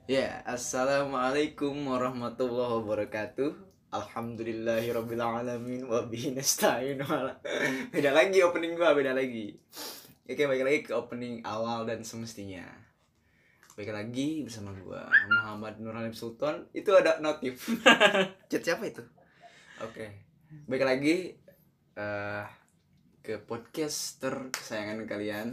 Ya, assalamualaikum warahmatullahi wabarakatuh. Alhamdulillahirabbil alamin wa bihi nasta'in. Beda lagi opening gua, beda lagi. Oke, balik lagi ke opening awal dan semestinya. Balik lagi bersama gua Muhammad Nurhalim Sultan. Itu ada notif. Chat siapa itu? Oke. Balik lagi ke podcaster kesayangan kalian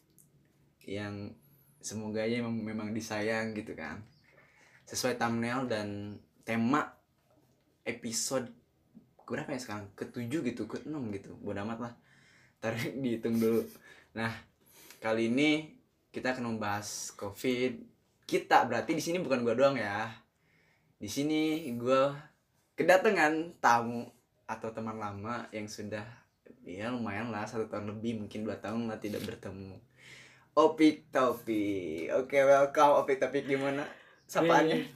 yang semoga aja memang disayang gitu kan, sesuai thumbnail dan tema episode berapa ya sekarang, ke-7 gitu, ke-6 gitu, bodo amat lah, tarik dihitung dulu. Nah, kali ini kita akan membahas COVID. Kita berarti di sini bukan gua doang ya, di sini gua kedatangan tamu atau teman lama yang sudah ya lumayan lah 1 tahun lebih, mungkin 2 tahun lah tidak bertemu. Opik Taufik. Oke, welcome Opik Taufik, gimana sapaannya?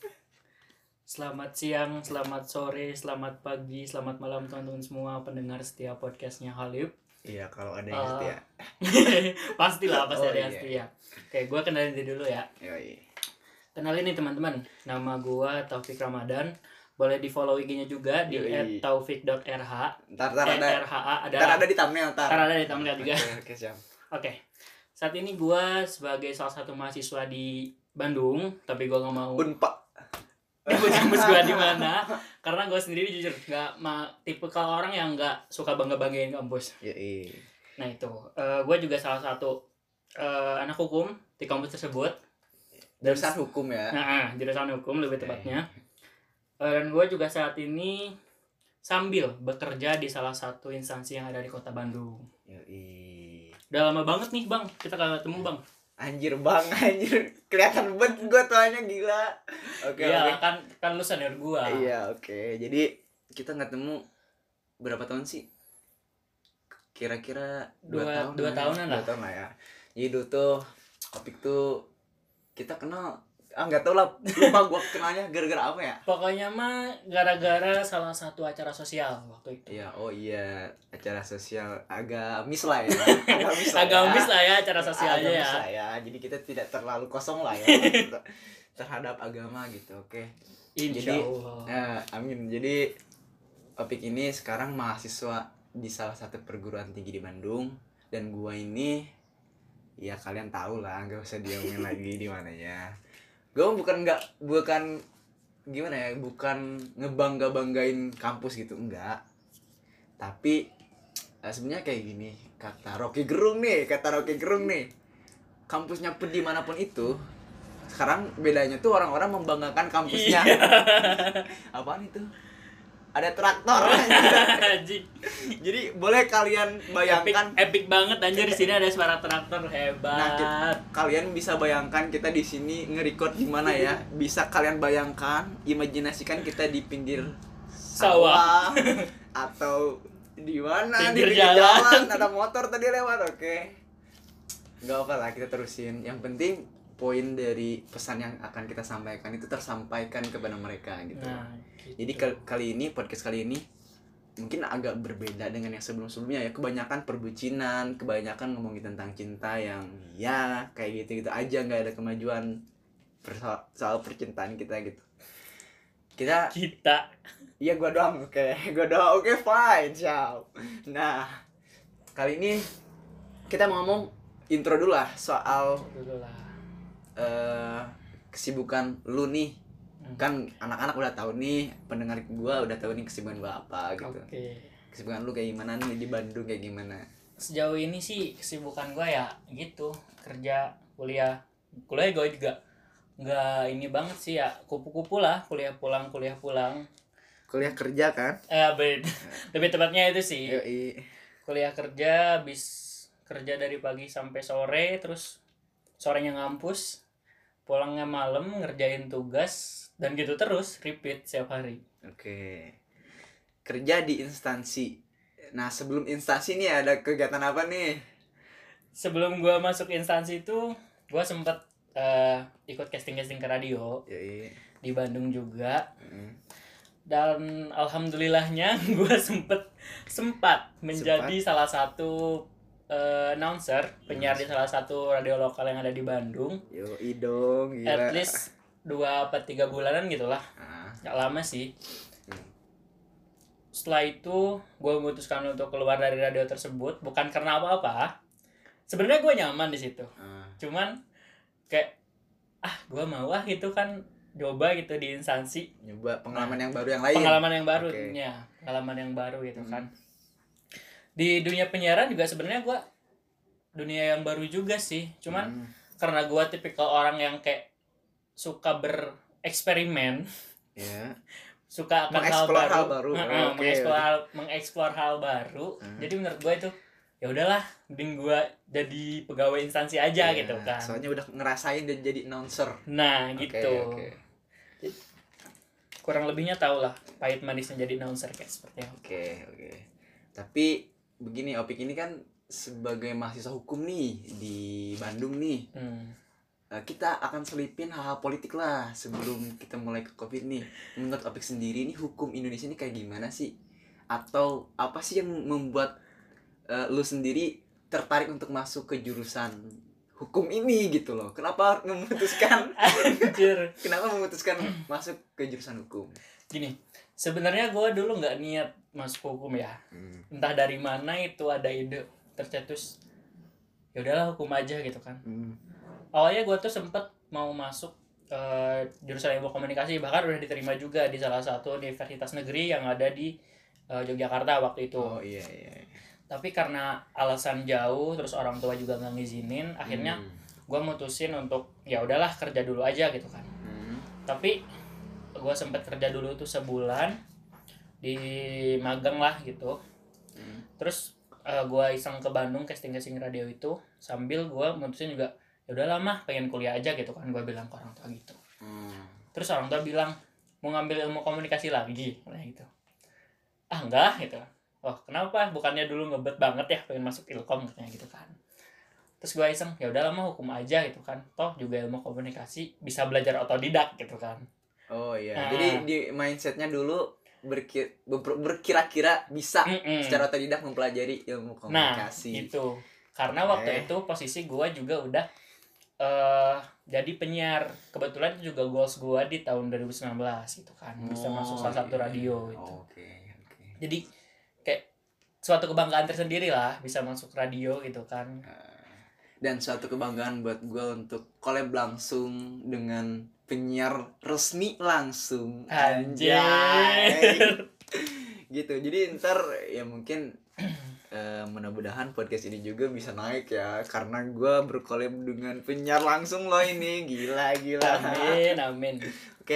Selamat siang, selamat sore, selamat pagi, selamat malam teman-teman semua pendengar setiap podcastnya Halib. Iya, kalau ada yang setia. Pastilah, pasti ada yang iya. setia. Oke, gue kenalin diri dulu ya. Yoi. Kenalin nih teman-teman, nama gue Taufik Ramadan. Boleh di follow IG-nya juga di @taufik.rh. Ntar ada. RHA ada. Ntar ada di thumbnail, Ntar ada di thumbnail juga. Oke, siap. Oke. Saat ini gue sebagai salah satu mahasiswa di Bandung, tapi gue nggak mau Unpak. nyebut kampus gue di mana, karena gue sendiri jujur nggak tipikal orang yang nggak suka banggain kampus. Yoi. Nah itu, gue juga salah satu anak hukum di kampus tersebut. Jurusan hukum ya. Nah, jurusan hukum lebih tepatnya. Dan gue juga saat ini sambil bekerja di salah satu instansi yang ada di kota Bandung. Yoi. Udah lama banget nih bang, kita kagak ketemu bang. Anjir bang, anjir. Kelihatan banget gue tuanya, gila. Oke. Iya, kan lu senior gue. Iya, oke. Jadi kita nggak ketemu berapa tahun sih? Kira-kira 2 tahunan lah. 2 tahun lah ya. Jadi dulu tuh Opik tuh kita kenal, nggak tau lah, lupa gue kenalnya gara-gara apa ya. Pokoknya mah gara-gara salah satu acara sosial waktu itu. Iya, oh iya, acara sosial agak miss lah ya. Agak miss lah ya acara sosialnya ya. Miss lah ya. Jadi kita tidak terlalu kosong lah ya terhadap agama gitu. Oke. Insya Allah. Amin. Jadi Opik ini sekarang mahasiswa di salah satu perguruan tinggi di Bandung, dan gua ini ya kalian tahu lah, nggak usah diomongin lagi di mananya. Gue bukan gimana ya, bukan ngebanggain kampus gitu, enggak. Tapi sebenarnya kayak gini, kata Rocky Gerung nih, kampusnya pun dimanapun itu, sekarang bedanya tuh orang-orang membanggakan kampusnya. Apaan itu? Ada traktor. Anjing. Jadi boleh kalian bayangkan, epic banget anjir, di sini ada suara traktor, hebat. Nah, kalian bisa bayangkan kita di sini nge-record di mana ya? Bisa kalian bayangkan, imajinasikan kita di pinggir sawah atau di mana, pinggir di jalan ada motor tadi lewat. Oke. Enggak apa lah, kita terusin. Yang penting poin dari pesan yang akan kita sampaikan itu tersampaikan kepada mereka gitu. Nah, gitu. Jadi podcast kali ini mungkin agak berbeda dengan yang sebelum-sebelumnya ya. Kebanyakan perbucinan, kebanyakan ngomongin tentang cinta yang ya kayak gitu-gitu aja, nggak ada kemajuan soal percintaan kita gitu. Kita iya, gua doang. Oke, fine, ciao. Nah, kali ini kita mau ngomong intro dulu lah soal kesibukan lu nih. Kan anak-anak udah tahu nih, pendengar gua udah tahu nih kesibukan gua apa gitu. Kesibukan lu kayak gimana nih di Bandung, kayak gimana? Sejauh ini sih kesibukan gua ya gitu, kerja, kuliah gue juga nggak ini banget sih ya, kupu-kupu lah, kuliah pulang. Kuliah kerja kan? Lebih tepatnya itu sih. Yoi. Kuliah kerja, habis kerja dari pagi sampai sore, terus sorenya ngampus, pulangnya malam ngerjain tugas, dan gitu terus repeat setiap hari. Oke. Kerja di instansi. Nah, sebelum instansi nih ada kegiatan apa nih? Sebelum gua masuk instansi itu, gua sempet ikut casting ke radio. Yoi. Di Bandung juga. Dan alhamdulillahnya gua sempat menjadi salah satu announcer, penyiar di salah satu radio lokal yang ada di Bandung. Yoi dong, gila. At least 2 apa 3 bulanan gitulah, nggak lama sih. Setelah itu gue memutuskan untuk keluar dari radio tersebut, bukan karena apa-apa. Sebenarnya gue nyaman di situ, cuman kayak gue mau gitu kan, coba gitu di instansi, nyoba pengalaman yang baru yang lain. pengalaman yang baru. Oke. Pengalaman yang baru gitu kan. Di dunia penyiaran juga sebenarnya gue dunia yang baru juga sih, cuman karena gue tipikal orang yang kayak suka bereksperimen, suka akan hal baru. Mengeksplor hal baru. Jadi menurut gue itu ya udahlah, mending gue jadi pegawai instansi aja gitu kan. Soalnya udah ngerasain dan jadi announcer. Nah gitu. Kurang lebihnya tau lah pahit manisnya jadi announcer kayak seperti apa. Oke. Tapi begini, Opik ini kan sebagai mahasiswa hukum nih di Bandung nih. Kita akan selipin hal-hal politik lah sebelum kita mulai ke COVID nih. Menurut Opik sendiri nih, hukum Indonesia ini kayak gimana sih? Atau apa sih yang membuat lu sendiri tertarik untuk masuk ke jurusan hukum ini gitu loh? Kenapa memutuskan kenapa memutuskan masuk ke jurusan hukum? Gini, sebenarnya gue dulu nggak niat masuk hukum ya. Entah dari mana itu ada ide tercetus, ya udahlah hukum aja gitu kan. Awalnya gue tuh sempet mau masuk jurusan ilmu komunikasi, bahkan udah diterima juga di salah satu universitas negeri yang ada di Yogyakarta waktu itu. Tapi karena alasan jauh, terus orang tua juga nggak ngizinin, akhirnya gue mutusin untuk ya udahlah kerja dulu aja gitu kan. Tapi gue sempet kerja dulu tuh sebulan di magang lah gitu. Terus gue iseng ke Bandung casting radio itu, sambil gue mutusin juga ya udah lama pengen kuliah aja gitu kan, gue bilang ke orang tua gitu. Terus orang tua bilang mau ngambil ilmu komunikasi lagi kayak gitu. Enggak gitu. Oh kenapa, bukannya dulu ngebet banget ya pengen masuk ilkom katanya gitu kan. Terus gue iseng ya udah lama hukum aja gitu kan, toh juga ilmu komunikasi bisa belajar otodidak gitu kan. Jadi di mindsetnya dulu berkira-kira bisa secara otodidak mempelajari ilmu komunikasi. Nah itu karena waktu itu posisi gue juga udah jadi penyiar. Kebetulan itu juga goals gue di tahun 2019 gitu kan, bisa masuk salah satu radio gitu. Jadi kayak suatu kebanggaan tersendiri lah bisa masuk radio gitu kan. Dan suatu kebanggaan buat gue untuk collab langsung dengan penyiar resmi langsung. Anjir. Gitu. Jadi ntar ya mungkin mudah-mudahan podcast ini juga bisa naik ya, karena gue berkolab dengan penyiar langsung loh ini. Gila. Amin. Oke,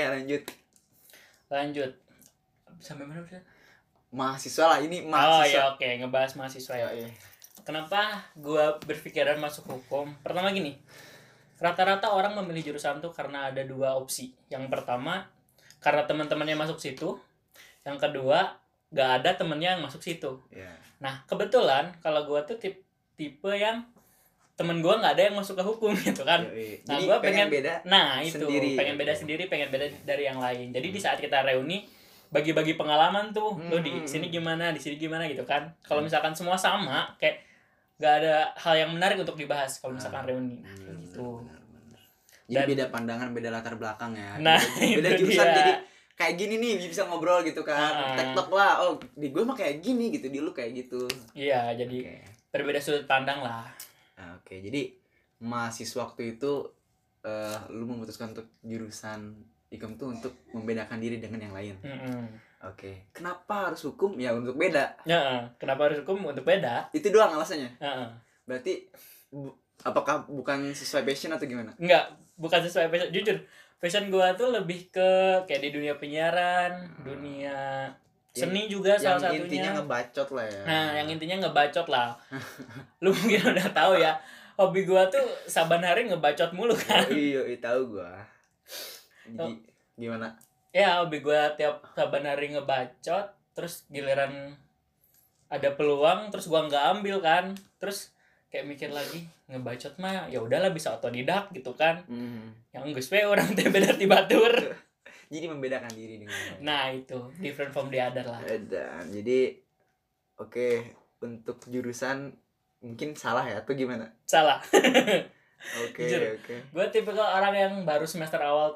lanjut. Sampai mana sih? Mahasiswa lah ini, mahasiswa. Oke, ngebahas mahasiswa ya. Kenapa gue berpikiran masuk hukum? Pertama gini, rata-rata orang memilih jurusan tuh karena ada 2 opsi. Yang pertama karena teman-temannya masuk situ. Yang kedua gak ada temennya yang masuk situ. Nah kebetulan kalau gue tuh tipe yang temen gue nggak ada yang masuk ke hukum gitu kan. Nah gue pengen beda. Nah itu sendiri, pengen beda sendiri, pengen beda dari yang lain. Jadi di saat kita reuni bagi-bagi pengalaman tuh, lo di sini gimana, di sini gimana gitu kan. Kalau misalkan semua sama, kayak nggak ada hal yang menarik untuk dibahas kalau misalkan reuni. Nah gitu. Jadi beda pandangan, beda latar belakang ya. Nah beda jurusan jadi kayak gini nih bisa ngobrol gitu kan. Tektok lah, oh di gue mah kayak gini gitu, di lu kayak gitu. Iya, jadi berbeda sudut pandang lah. Oke, jadi mahasiswa waktu itu lu memutuskan untuk jurusan Ikem tuh untuk membedakan diri dengan yang lain. Oke, kenapa harus hukum? Ya untuk beda. Kenapa harus hukum? Untuk beda. Itu doang alasannya. Berarti apakah bukan sesuai passion atau gimana? Enggak, bukan sesuai passion. Jujur, passion gue tuh lebih ke kayak di dunia penyiaran, dunia seni juga salah satunya. Yang intinya ngebacot lah ya. Nah, yang intinya ngebacot lah. Lu mungkin udah tahu ya, hobi gue tuh saban hari ngebacot mulu kan. Iya, tahu gue. Jadi gimana? Ya, hobi gue tiap saban hari ngebacot, terus giliran ada peluang terus gue nggak ambil kan. Terus kayak mikir lagi, ngebacot mah ya udahlah bisa otodidak gitu kan. Yang geus we orang teh beda ti batur. Jadi membedakan diri dengan nah itu different from the other lah. Dan jadi oke, untuk jurusan mungkin salah ya atau gimana? Salah. Oke. Gue tipikal orang yang baru semester awal tuh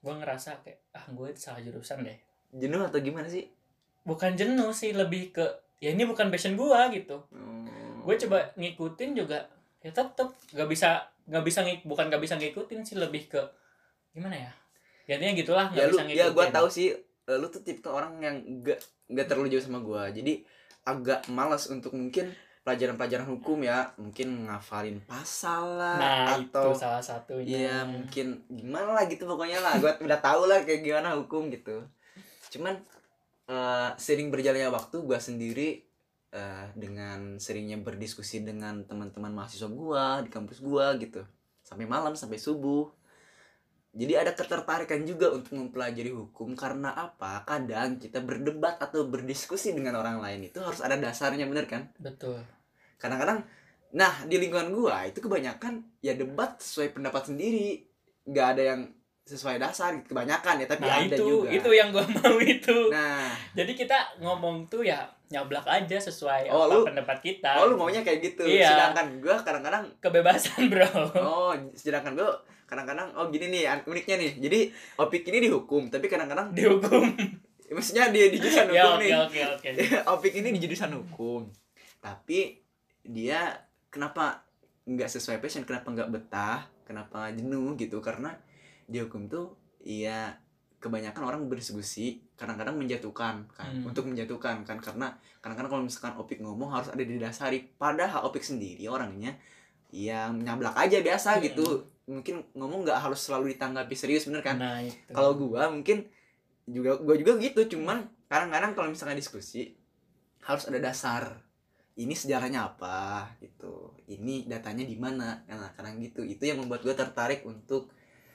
gue ngerasa kayak gue salah jurusan deh. Jenuh atau gimana sih? Bukan jenuh sih, lebih ke ya ini bukan passion gue gitu. Gue coba ngikutin juga ya tetep bukan gak bisa ngikutin sih, lebih ke gimana ya, jadinya gitulah nggak bisa ngikutin. Ya gue tahu sih lu tuh tipe orang yang nggak terlalu jauh sama gue, jadi agak malas untuk mungkin pelajaran hukum ya, mungkin ngafalin pasal lah, nah atau itu salah satunya ya mungkin gimana lah gitu pokoknya lah. Gue udah tahu lah kayak gimana hukum gitu. Cuman sering berjalannya waktu, gue sendiri dengan seringnya berdiskusi dengan teman-teman mahasiswa gue di kampus gue gitu, sampai malam sampai subuh. Jadi ada ketertarikan juga untuk mempelajari hukum. Karena apa? Kadang kita berdebat atau berdiskusi dengan orang lain itu harus ada dasarnya, bener kan? betul. Kadang-kadang, nah di lingkungan gua itu kebanyakan ya debat sesuai pendapat sendiri, nggak ada yang sesuai dasar kebanyakan ya, tapi nah ada juga. itu yang gua mau itu. Nah, jadi kita ngomong tuh ya nyablak aja sesuai pendapat kita. Oh, lu maunya kayak gitu. Iya. Sedangkan gua kadang-kadang kebebasan, bro. Oh, sedangkan gua kadang-kadang gini nih uniknya nih. Jadi Opik ini dihukum, tapi kadang-kadang dihukum. Maksudnya dia di jurusan hukum nih. Oke. Opik ini di jurusan hukum. Tapi dia kenapa nggak sesuai passion, kenapa nggak betah, kenapa jenuh gitu? Karena di hukum tuh ya kebanyakan orang berdiskusi kadang-kadang menjatuhkan kan, untuk menjatuhkan kan, karena kadang-kadang kalau misalkan Opik ngomong harus ada didasari, padahal Opik sendiri orangnya ya nyablak aja biasa gitu. Mungkin ngomong nggak harus selalu ditanggapi serius, bener kan? Nah, kalau gua mungkin gua juga gitu, cuman kadang-kadang kalau misalnya diskusi harus ada dasar, ini sejarahnya apa gitu, ini datanya di mana, nah kadang gitu. Itu yang membuat gua tertarik untuk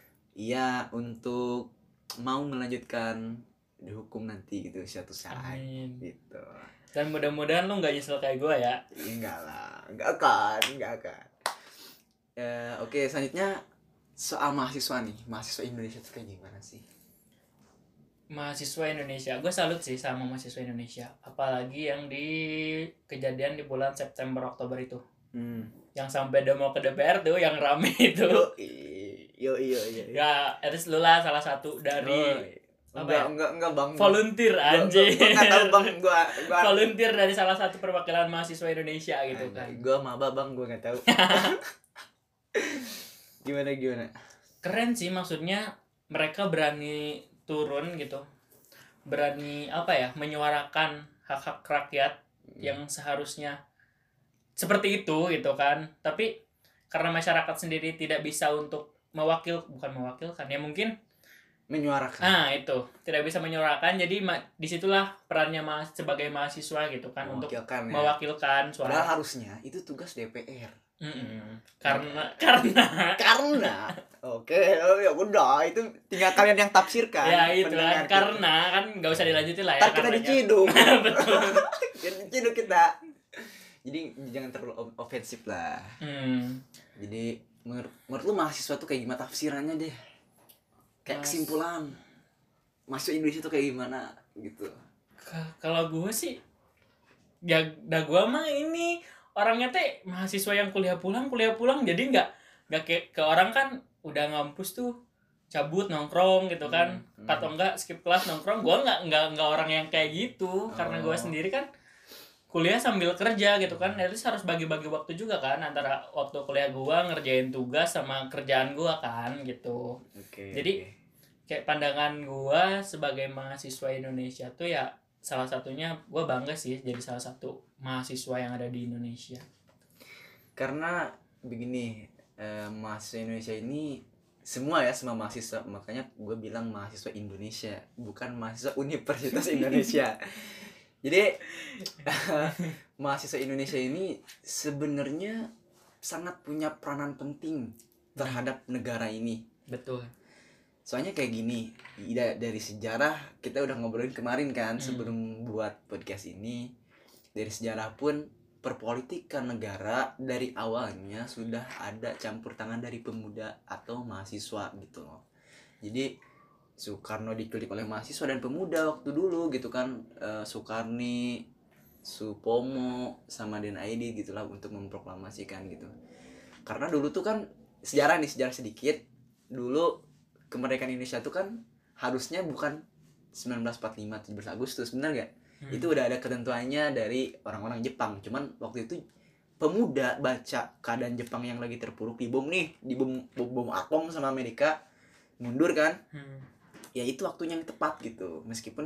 untuk mau melanjutkan di hukum nanti gitu suatu saat. Amin. Gitu. Dan mudah-mudahan lu nggak nyesel kayak gua ya. Enggak lah, enggak akan. Oke, selanjutnya soal mahasiswa nih. Mahasiswa Indonesia tuh kayak gimana sih? Mahasiswa Indonesia, gue salut sih sama mahasiswa Indonesia. Apalagi yang di kejadian di bulan September Oktober itu. Yang sampai demo ke DPR tuh, yang rame itu. Yo. Ya, Eris lu lah salah satu dari enggak bang. Volunteer anjing. Gua enggak tahu bang, gua volunteer dari salah satu perwakilan mahasiswa Indonesia gitu kan. Gua maba bang, gua enggak tahu. Gimana keren sih, maksudnya mereka berani turun gitu, berani menyuarakan hak-hak rakyat yang seharusnya seperti itu gitu kan. Tapi karena masyarakat sendiri tidak bisa untuk bukan mewakilkan ya, mungkin menyuarakan. Itu tidak bisa menyuarakan, jadi disitulah perannya sebagai mahasiswa gitu kan, untuk mewakilkan suara. Padahal harusnya itu tugas DPR. Karena oke, ya udah, itu tinggal kalian yang tafsirkan. Ya itu kan, karena kan nggak usah dilanjutin lah ya. Ntar kita diciduk. Betul. Diciduk kita. Jadi jangan terlalu ofensif lah. Jadi menurut lu mahasiswa tuh kayak gimana tafsirannya deh? Kayak kesimpulan mahasiswa Indonesia tuh kayak gimana gitu. Kalau gue sih ya gue mah ini orangnya teh mahasiswa yang kuliah pulang, jadi nggak kayak ke orang kan udah ngampus tuh cabut nongkrong gitu kan, atau enggak skip kelas nongkrong. Gue nggak orang yang kayak gitu. Karena gue sendiri kan kuliah sambil kerja gitu kan, jadi harus bagi-bagi waktu juga kan, antara waktu kuliah gue ngerjain tugas sama kerjaan gue kan gitu. Jadi kayak pandangan gue sebagai mahasiswa Indonesia tuh ya, salah satunya gue bangga sih jadi salah satu mahasiswa yang ada di Indonesia. Karena begini, mahasiswa Indonesia ini semua mahasiswa, makanya gue bilang mahasiswa Indonesia, bukan mahasiswa Universitas Indonesia. Jadi mahasiswa Indonesia ini sebenarnya sangat punya peranan penting terhadap negara ini. Betul. Soalnya kayak gini, dari sejarah kita udah ngobrolin kemarin kan, sebelum buat podcast ini. Dari sejarah pun perpolitikan negara dari awalnya sudah ada campur tangan dari pemuda atau mahasiswa gitu loh. Jadi Soekarno diculik oleh mahasiswa dan pemuda waktu dulu gitu kan, Soekarni, Supomo, sama Den Aidi gitulah, untuk memproklamasikan gitu. Karena dulu tuh kan sejarah sedikit dulu kemerdekaan Indonesia tuh kan harusnya bukan 1945 17 Agustus, benar gak? Itu udah ada ketentuannya dari orang-orang Jepang. Cuman waktu itu pemuda baca keadaan Jepang yang lagi terpuruk, dibom bom atom sama Amerika, mundur kan. Ya itu waktunya yang tepat gitu, meskipun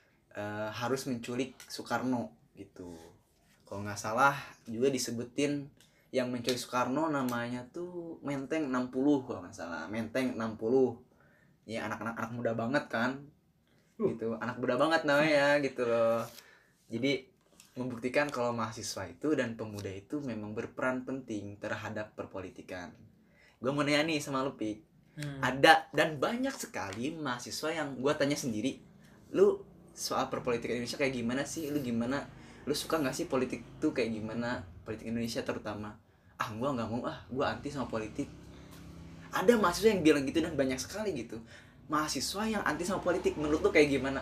harus menculik Soekarno gitu. Kalau nggak salah juga disebutin yang menculik Soekarno namanya tuh Menteng 60 kalau nggak salah, Menteng 60. Ya anak muda banget kan, gitu, anak muda banget namanya gitu loh. Jadi membuktikan kalau mahasiswa itu dan pemuda itu memang berperan penting terhadap perpolitikan. Gue mau nanya nih sama lu, Pik. Ada dan banyak sekali mahasiswa yang gue tanya sendiri, lu soal perpolitikan Indonesia kayak gimana sih? Lu gimana? Lu suka gak sih politik tuh kayak gimana? Politik Indonesia terutama. Gue gak mau, gue anti sama politik. Ada mahasiswa yang bilang gitu dan banyak sekali gitu. Mahasiswa yang anti sama politik, menurut lu kayak gimana?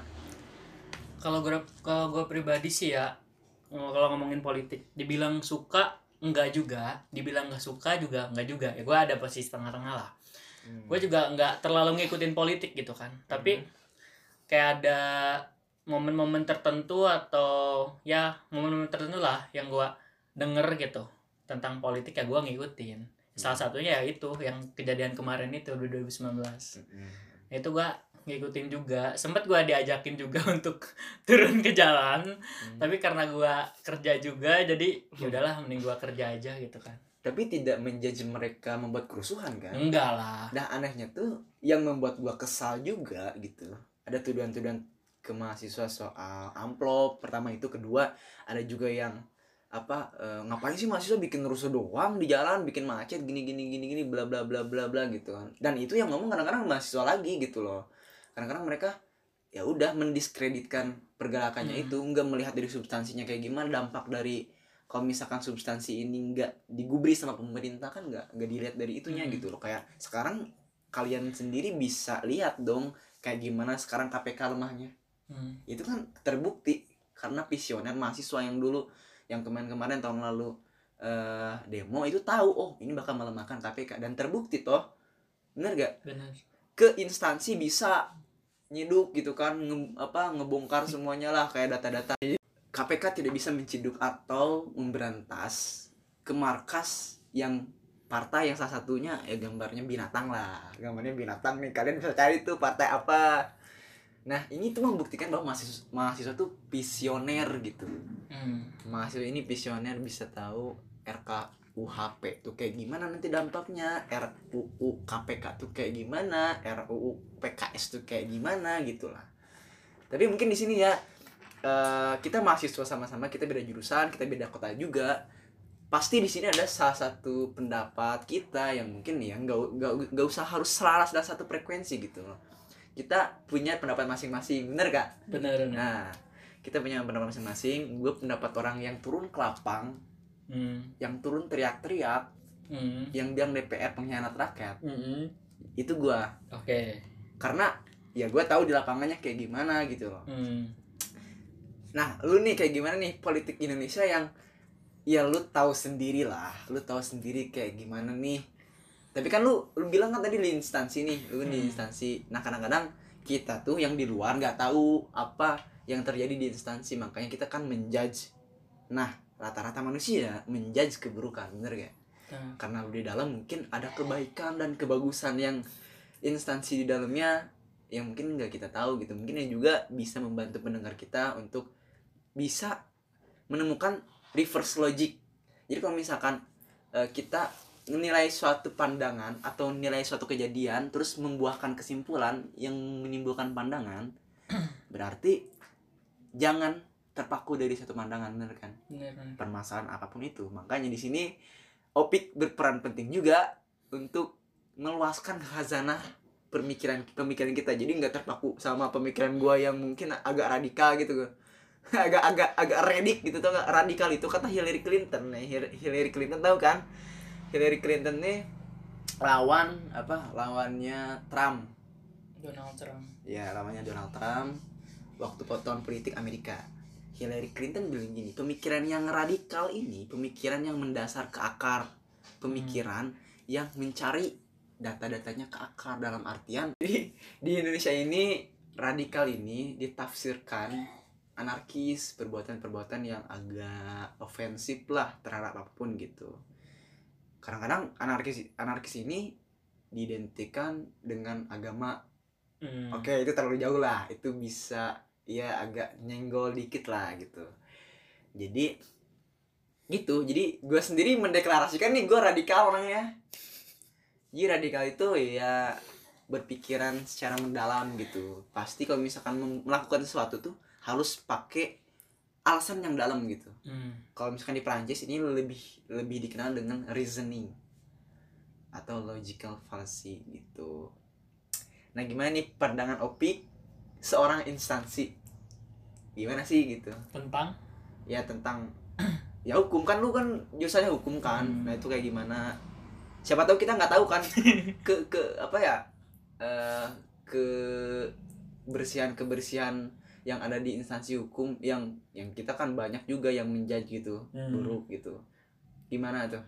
Kalau gue pribadi sih ya, kalau ngomongin politik, dibilang suka enggak juga, dibilang nggak suka juga enggak juga. Ya gue ada posisi tengah-tengah lah. Gue juga nggak terlalu ngikutin politik gitu kan. Tapi kayak ada momen-momen tertentu atau ya momen-momen tertentu lah yang gue denger gitu tentang politik, ya gue ngikutin. Salah satunya ya itu yang kejadian kemarin itu 2019. Itu gue ngikutin juga, sempet gue diajakin juga untuk turun ke jalan, tapi karena gue kerja juga jadi ya udahlah mending gue kerja aja gitu kan. Tapi tidak menjudge mereka membuat kerusuhan kan? Enggak lah. Nah anehnya tuh yang membuat gue kesal juga gitu, ada tuduhan-tuduhan ke mahasiswa soal amplop pertama itu, kedua ada juga yang ngapain sih mahasiswa bikin rusuh doang di jalan, bikin macet gini bla bla bla bla bla gitu kan. Dan itu yang ngomong kadang-kadang mahasiswa lagi gitu loh. Kadang-kadang mereka ya udah mendiskreditkan pergerakannya itu, nggak melihat dari substansinya kayak gimana, dampak dari kalau misalkan substansi ini nggak digubris sama pemerintah kan nggak dilihat dari itunya gitu loh. Kayak sekarang kalian sendiri bisa lihat dong kayak gimana sekarang KPK lemahnya. Itu kan terbukti karena visioner mahasiswa yang dulu yang kemarin tahun lalu demo itu tahu ini bakal melemahkan KPK, dan terbukti toh, bener gak? Bener. Ke instansi bisa nyiduk gitu kan, ngebongkar semuanya lah kayak data-data. KPK tidak bisa menciduk atau memberantas ke markas yang partai yang salah satunya ya gambarnya binatang lah, gambarnya binatang nih, kalian bisa cari tuh partai apa. Nah ini tuh membuktikan bahwa mahasiswa tuh visioner gitu. Mahasiswa ini visioner, bisa tahu RKUHP tuh kayak gimana nanti dampaknya, RUU KPK tuh kayak gimana, RUU PKS tuh kayak gimana gitulah. Tapi mungkin di sini ya kita mahasiswa sama-sama, kita beda jurusan, kita beda kota juga. Pasti di sini ada salah satu pendapat kita yang mungkin ya nggak usah harus selaras dalam satu frekuensi gitu loh. Kita punya pendapat masing-masing, bener gak? Bener. Nah, kita punya pendapat masing-masing. Gue pendapat orang yang turun ke lapang, yang turun teriak-teriak, yang bilang DPR pengkhianat rakyat. Itu gue. Oke. Karena ya gue tahu di lapangannya kayak gimana gitu loh. Nah, lu nih kayak gimana nih politik Indonesia yang ya lu tahu sendiri lah, lu tahu sendiri kayak gimana nih. Tapi kan lu bilang kan tadi di instansi nih, lu di instansi. Nah, kadang-kadang kita tuh yang di luar nggak tahu apa yang terjadi di instansi, makanya kita kan menjudge. Nah, rata-rata manusia menjudge keburukan, bener gak? Karena lu di dalam mungkin ada kebaikan dan kebagusan yang instansi di dalamnya yang mungkin nggak kita tahu gitu. Mungkin yang juga bisa membantu pendengar kita untuk bisa menemukan reverse logic. Jadi kalau misalkan kita menilai suatu pandangan atau nilai suatu kejadian terus membuahkan kesimpulan yang menimbulkan pandangan, berarti jangan terpaku dari satu pandangan, bener kan? Bener. Permasalahan apapun itu. Makanya di sini Opik berperan penting juga untuk meluaskan khazanah pemikiran kita. Jadi nggak terpaku sama pemikiran gua yang mungkin agak radikal gitu. agak redik gitu tuh, radikal itu kata Hillary Clinton. Nah, Hillary Clinton tahu kan? Hillary Clinton nih lawannya Trump. Donald Trump. Ya, lawannya Donald Trump waktu tahun politik Amerika. Hillary Clinton bilang gini, pemikiran yang radikal ini, pemikiran yang mendasar ke akar pemikiran, yang mencari data-datanya ke akar, dalam artian di Indonesia ini radikal ini ditafsirkan anarkis, perbuatan-perbuatan yang agak ofensif lah terhadap apapun gitu. Kadang-kadang anarkis ini diidentikan dengan agama. Oke, itu terlalu jauh lah, itu bisa ya agak nyenggol dikit lah gitu. Jadi gue sendiri mendeklarasikan nih gue radikal orangnya. Jadi radikal itu ya berpikiran secara mendalam gitu. Pasti kalau misalkan melakukan sesuatu tuh harus pakai alasan yang dalam gitu. Kalau misalkan di Prancis ini lebih dikenal dengan reasoning atau logical fallacy gitu. Nah, gimana nih pandangan Opik seorang instansi? Gimana sih gitu? Tentang ya hukum kan, lu kan jurusannya hukum kan. Nah, itu kayak gimana? Siapa tahu kita nggak tahu kan ke apa ya? Kebersihan yang ada di instansi hukum yang kita kan banyak juga yang menjudge gitu, buruk gitu. Gimana tuh?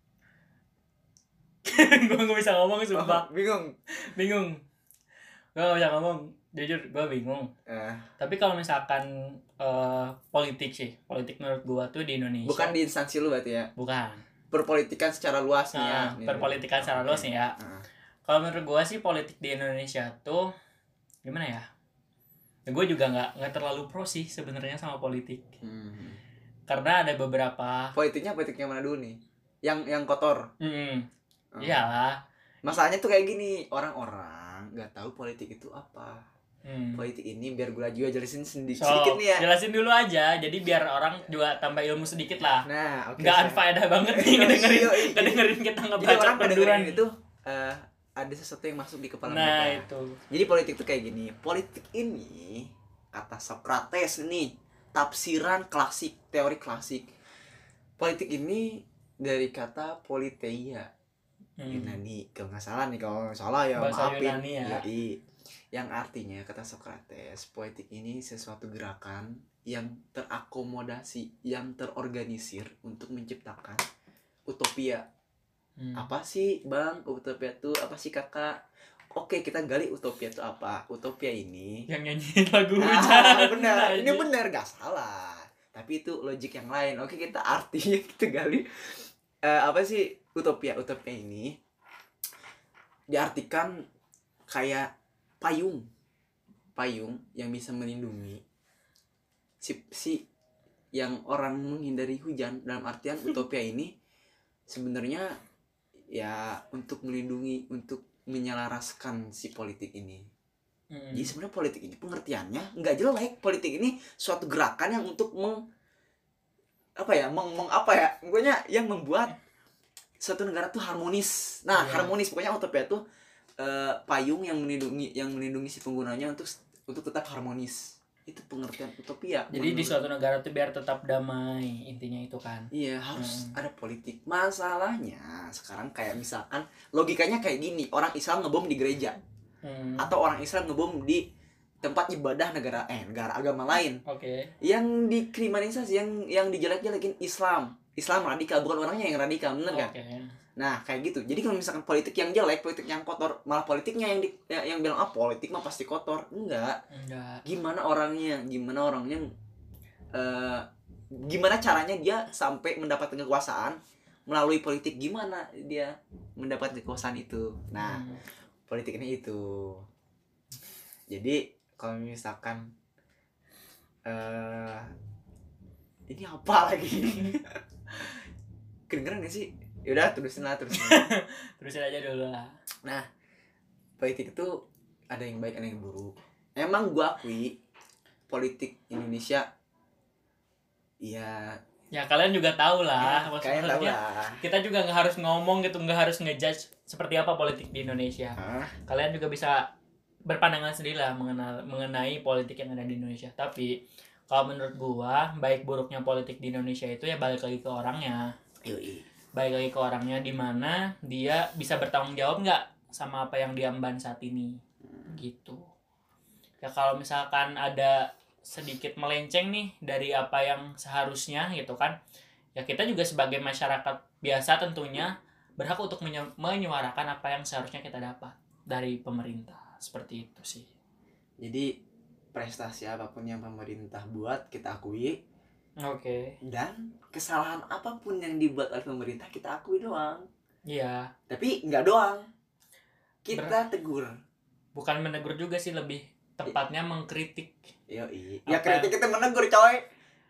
Gue nggak bisa ngomong sumpah. Bingung. Gue nggak bisa ngomong, jujur gue bingung. Tapi kalau misalkan politik menurut gue tuh di Indonesia. Bukan di instansi lu berarti ya? Bukan. Perpolitikan secara luas nih ya. Perpolitikan secara luas nih ya. Kalau menurut gue sih politik di Indonesia tuh gimana ya? Gue juga nggak terlalu pro sih sebenarnya sama politik. Karena ada beberapa. Politiknya mana dulu nih? Yang kotor. Iyalah. Masalahnya tuh kayak gini, orang-orang nggak tahu politik itu apa. Politik ini biar gue juga jelasin sedikit nih ya. Jelasin dulu aja, jadi biar orang juga tambah ilmu sedikit lah. Nah, oke. Nggak unfaedah banget nih ngedengerin kita ngebaca penduran itu. Ada sesuatu yang masuk di kepala mereka. Nah, itu. Jadi politik itu kayak gini. Politik ini kata Socrates nih, tafsiran klasik, teori klasik. Politik ini dari kata politeia. Yunani, kalau nggak salah nih, kalau nggak salah ya bahasa maafin. Yunani ya. Yang artinya kata Socrates, politik ini sesuatu gerakan yang terakomodasi, yang terorganisir untuk menciptakan utopia. Apa sih Bang utopia itu? Apa sih Kakak? Oke, kita gali utopia itu apa. Utopia ini yang nyanyiin lagu hujan. Benar, ini benar, gak salah. Tapi itu logik yang lain. Oke, kita artinya kita gali apa sih utopia? Utopia ini diartikan kayak payung yang bisa melindungi si yang orang menghindari hujan. Dalam artian utopia ini sebenarnya ya untuk melindungi, untuk menyelaraskan si politik ini. Jadi sebenarnya politik ini pengertiannya nggak jelek. Politik ini suatu gerakan yang untuk pokoknya yang membuat suatu negara tuh harmonis. Nah, harmonis pokoknya utopia tuh payung yang melindungi si penggunanya untuk tetap harmonis. Itu pengertian utopia. Jadi di suatu negara tuh biar tetap damai, intinya itu kan. Iya, harus ada politik. Masalahnya sekarang kayak misalkan logikanya kayak gini, orang Islam ngebom di gereja. Atau orang Islam ngebom di tempat ibadah negara agama lain. Yang dikriminalisasi, yang dijelek-jelekin Islam radikal, bukan orangnya yang radikal, bener kan? Nah, kayak gitu. Jadi kalau misalkan politik yang jelek, politik yang kotor, malah politiknya yang bilang politik mah pasti kotor. Enggak. Gimana orangnya gimana caranya dia sampai mendapatkan kekuasaan melalui politik, gimana dia mendapatkan kekuasaan itu. Nah, politik ini itu. Jadi kalau misalkan ini apa lagi? Kedengeran gak sih? Yaudah, terusin aja dulu lah. Nah, politik itu ada yang baik, ada yang buruk. Emang gua akui politik Indonesia ya kalian juga tahu lah. Kalian tahu lah. Kita juga nggak harus ngomong gitu, nggak harus ngejudge seperti apa politik di Indonesia. Kalian juga bisa berpandangan sendiri lah mengenai politik yang ada di Indonesia. Tapi kalau menurut gua, baik buruknya politik di Indonesia itu ya balik lagi ke orangnya. Balik lagi ke orangnya, di mana dia bisa bertanggung jawab nggak sama apa yang diemban saat ini, gitu. Ya kalau misalkan ada sedikit melenceng nih dari apa yang seharusnya gitu kan, ya kita juga sebagai masyarakat biasa tentunya berhak untuk menyuarakan apa yang seharusnya kita dapat dari pemerintah. Seperti itu sih. Jadi prestasi apapun yang pemerintah buat kita akui. Oke. Dan kesalahan apapun yang dibuat oleh pemerintah kita akui doang. Iya. Tapi nggak doang. Kita tegur. Bukan menegur juga sih, lebih tepatnya mengkritik. Yoi. Ya kritik kita menegur coy.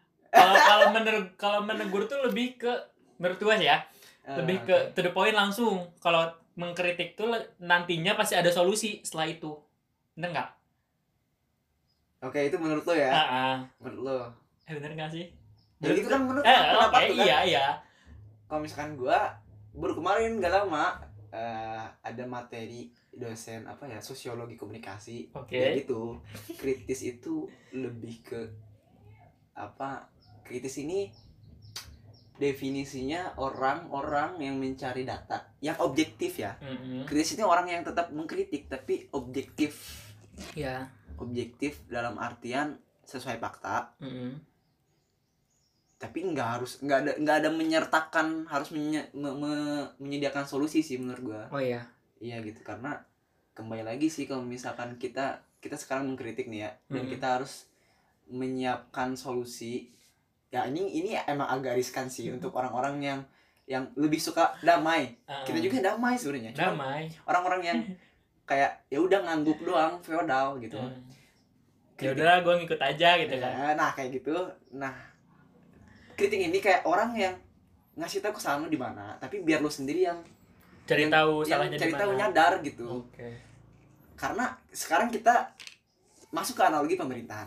Kalau menegur tuh lebih ke menurut gue ya, lebih ke to the point langsung. Kalau mengkritik tuh nantinya pasti ada solusi setelah itu. Bener nggak? Oke, itu menurut lo ya? Menurut lo. Bener nggak sih? Jadi itu kan menurut pendapat tuh kan? Iya. Kalau misalkan gua baru kemarin gak lama ada materi dosen sosiologi komunikasi. Ya gitu. Kritis itu lebih ke kritis ini definisinya orang-orang yang mencari data yang objektif ya. Kritis itu orang yang tetap mengkritik tapi objektif. Iya. Objektif dalam artian sesuai fakta. Tapi nggak ada menyertakan harus menyediakan solusi sih menurut gua. Oh iya. Iya gitu, karena kembali lagi sih kalau misalkan kita sekarang mengkritik nih ya, dan kita harus menyiapkan solusi. Ya ini emang agak riskan sih untuk orang-orang yang lebih suka damai. Kita juga damai sebenarnya. Damai. Orang-orang yang kayak ya udah ngangguk doang, feodal gitu. Ya udahlah gue ngikut aja gitu kan. Nah kayak gitu. Nah kritik ini kayak orang yang ngasih tahu kesalahan lu di mana, tapi biar lu sendiri yang cari tahu salahnya di mana. Cari tahu nyadar gitu. Oke. Karena sekarang kita masuk ke analogi pemerintahan.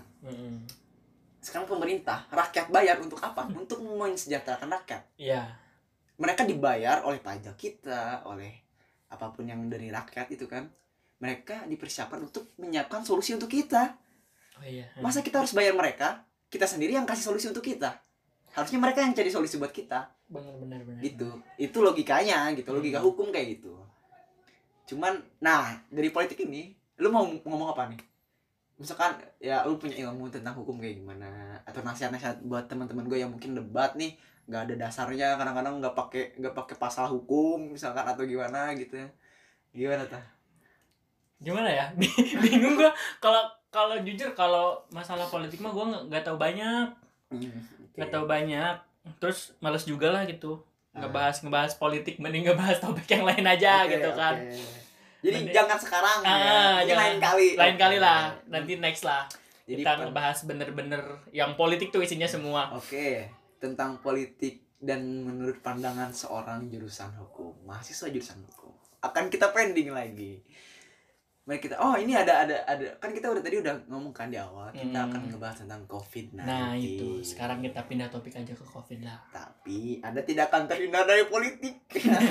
Sekarang pemerintah, rakyat bayar untuk apa? Untuk mensejahterakan rakyat. Iya. Mereka dibayar oleh pajak kita, oleh apapun yang dari rakyat itu kan. Mereka dipersiapkan untuk menyiapkan solusi untuk kita. Oh iya. Masa kita harus bayar mereka? Kita sendiri yang kasih solusi untuk kita. Harusnya mereka yang cari solusi buat kita. Benar. Gitu. Itu logikanya gitu, logika hukum kayak gitu. Cuman, nah dari politik ini, lu mau ngomong apa nih? Misalkan ya lu punya ilmu tentang hukum kayak gimana, atau nasihat-nasihat buat teman-teman gue yang mungkin debat nih nggak ada dasarnya, kadang-kadang nggak pakai pasal hukum misalkan atau gimana gitu ya, gimana tah? Gimana ya? Bingung gue kalau jujur kalau masalah politik mah gue nggak tahu banyak. Nggak tahu banyak, terus males juga lah gitu ngebahas politik, mending ngebahas topik yang lain aja gitu kan. Jadi jangan sekarang jangan, lain kali lah, nanti next lah. Jadi kita ngebahas bener-bener yang politik tuh isinya semua. Tentang politik dan menurut pandangan seorang jurusan hukum, mahasiswa jurusan hukum, akan kita pending lagi. Mari kita, ini ada kan kita tadi udah ngomong kan di awal, kita akan ngebahas tentang COVID nanti. Nah itu, sekarang kita pindah topik aja ke COVID lah. Tapi Anda tidak akan terhindar dari politik.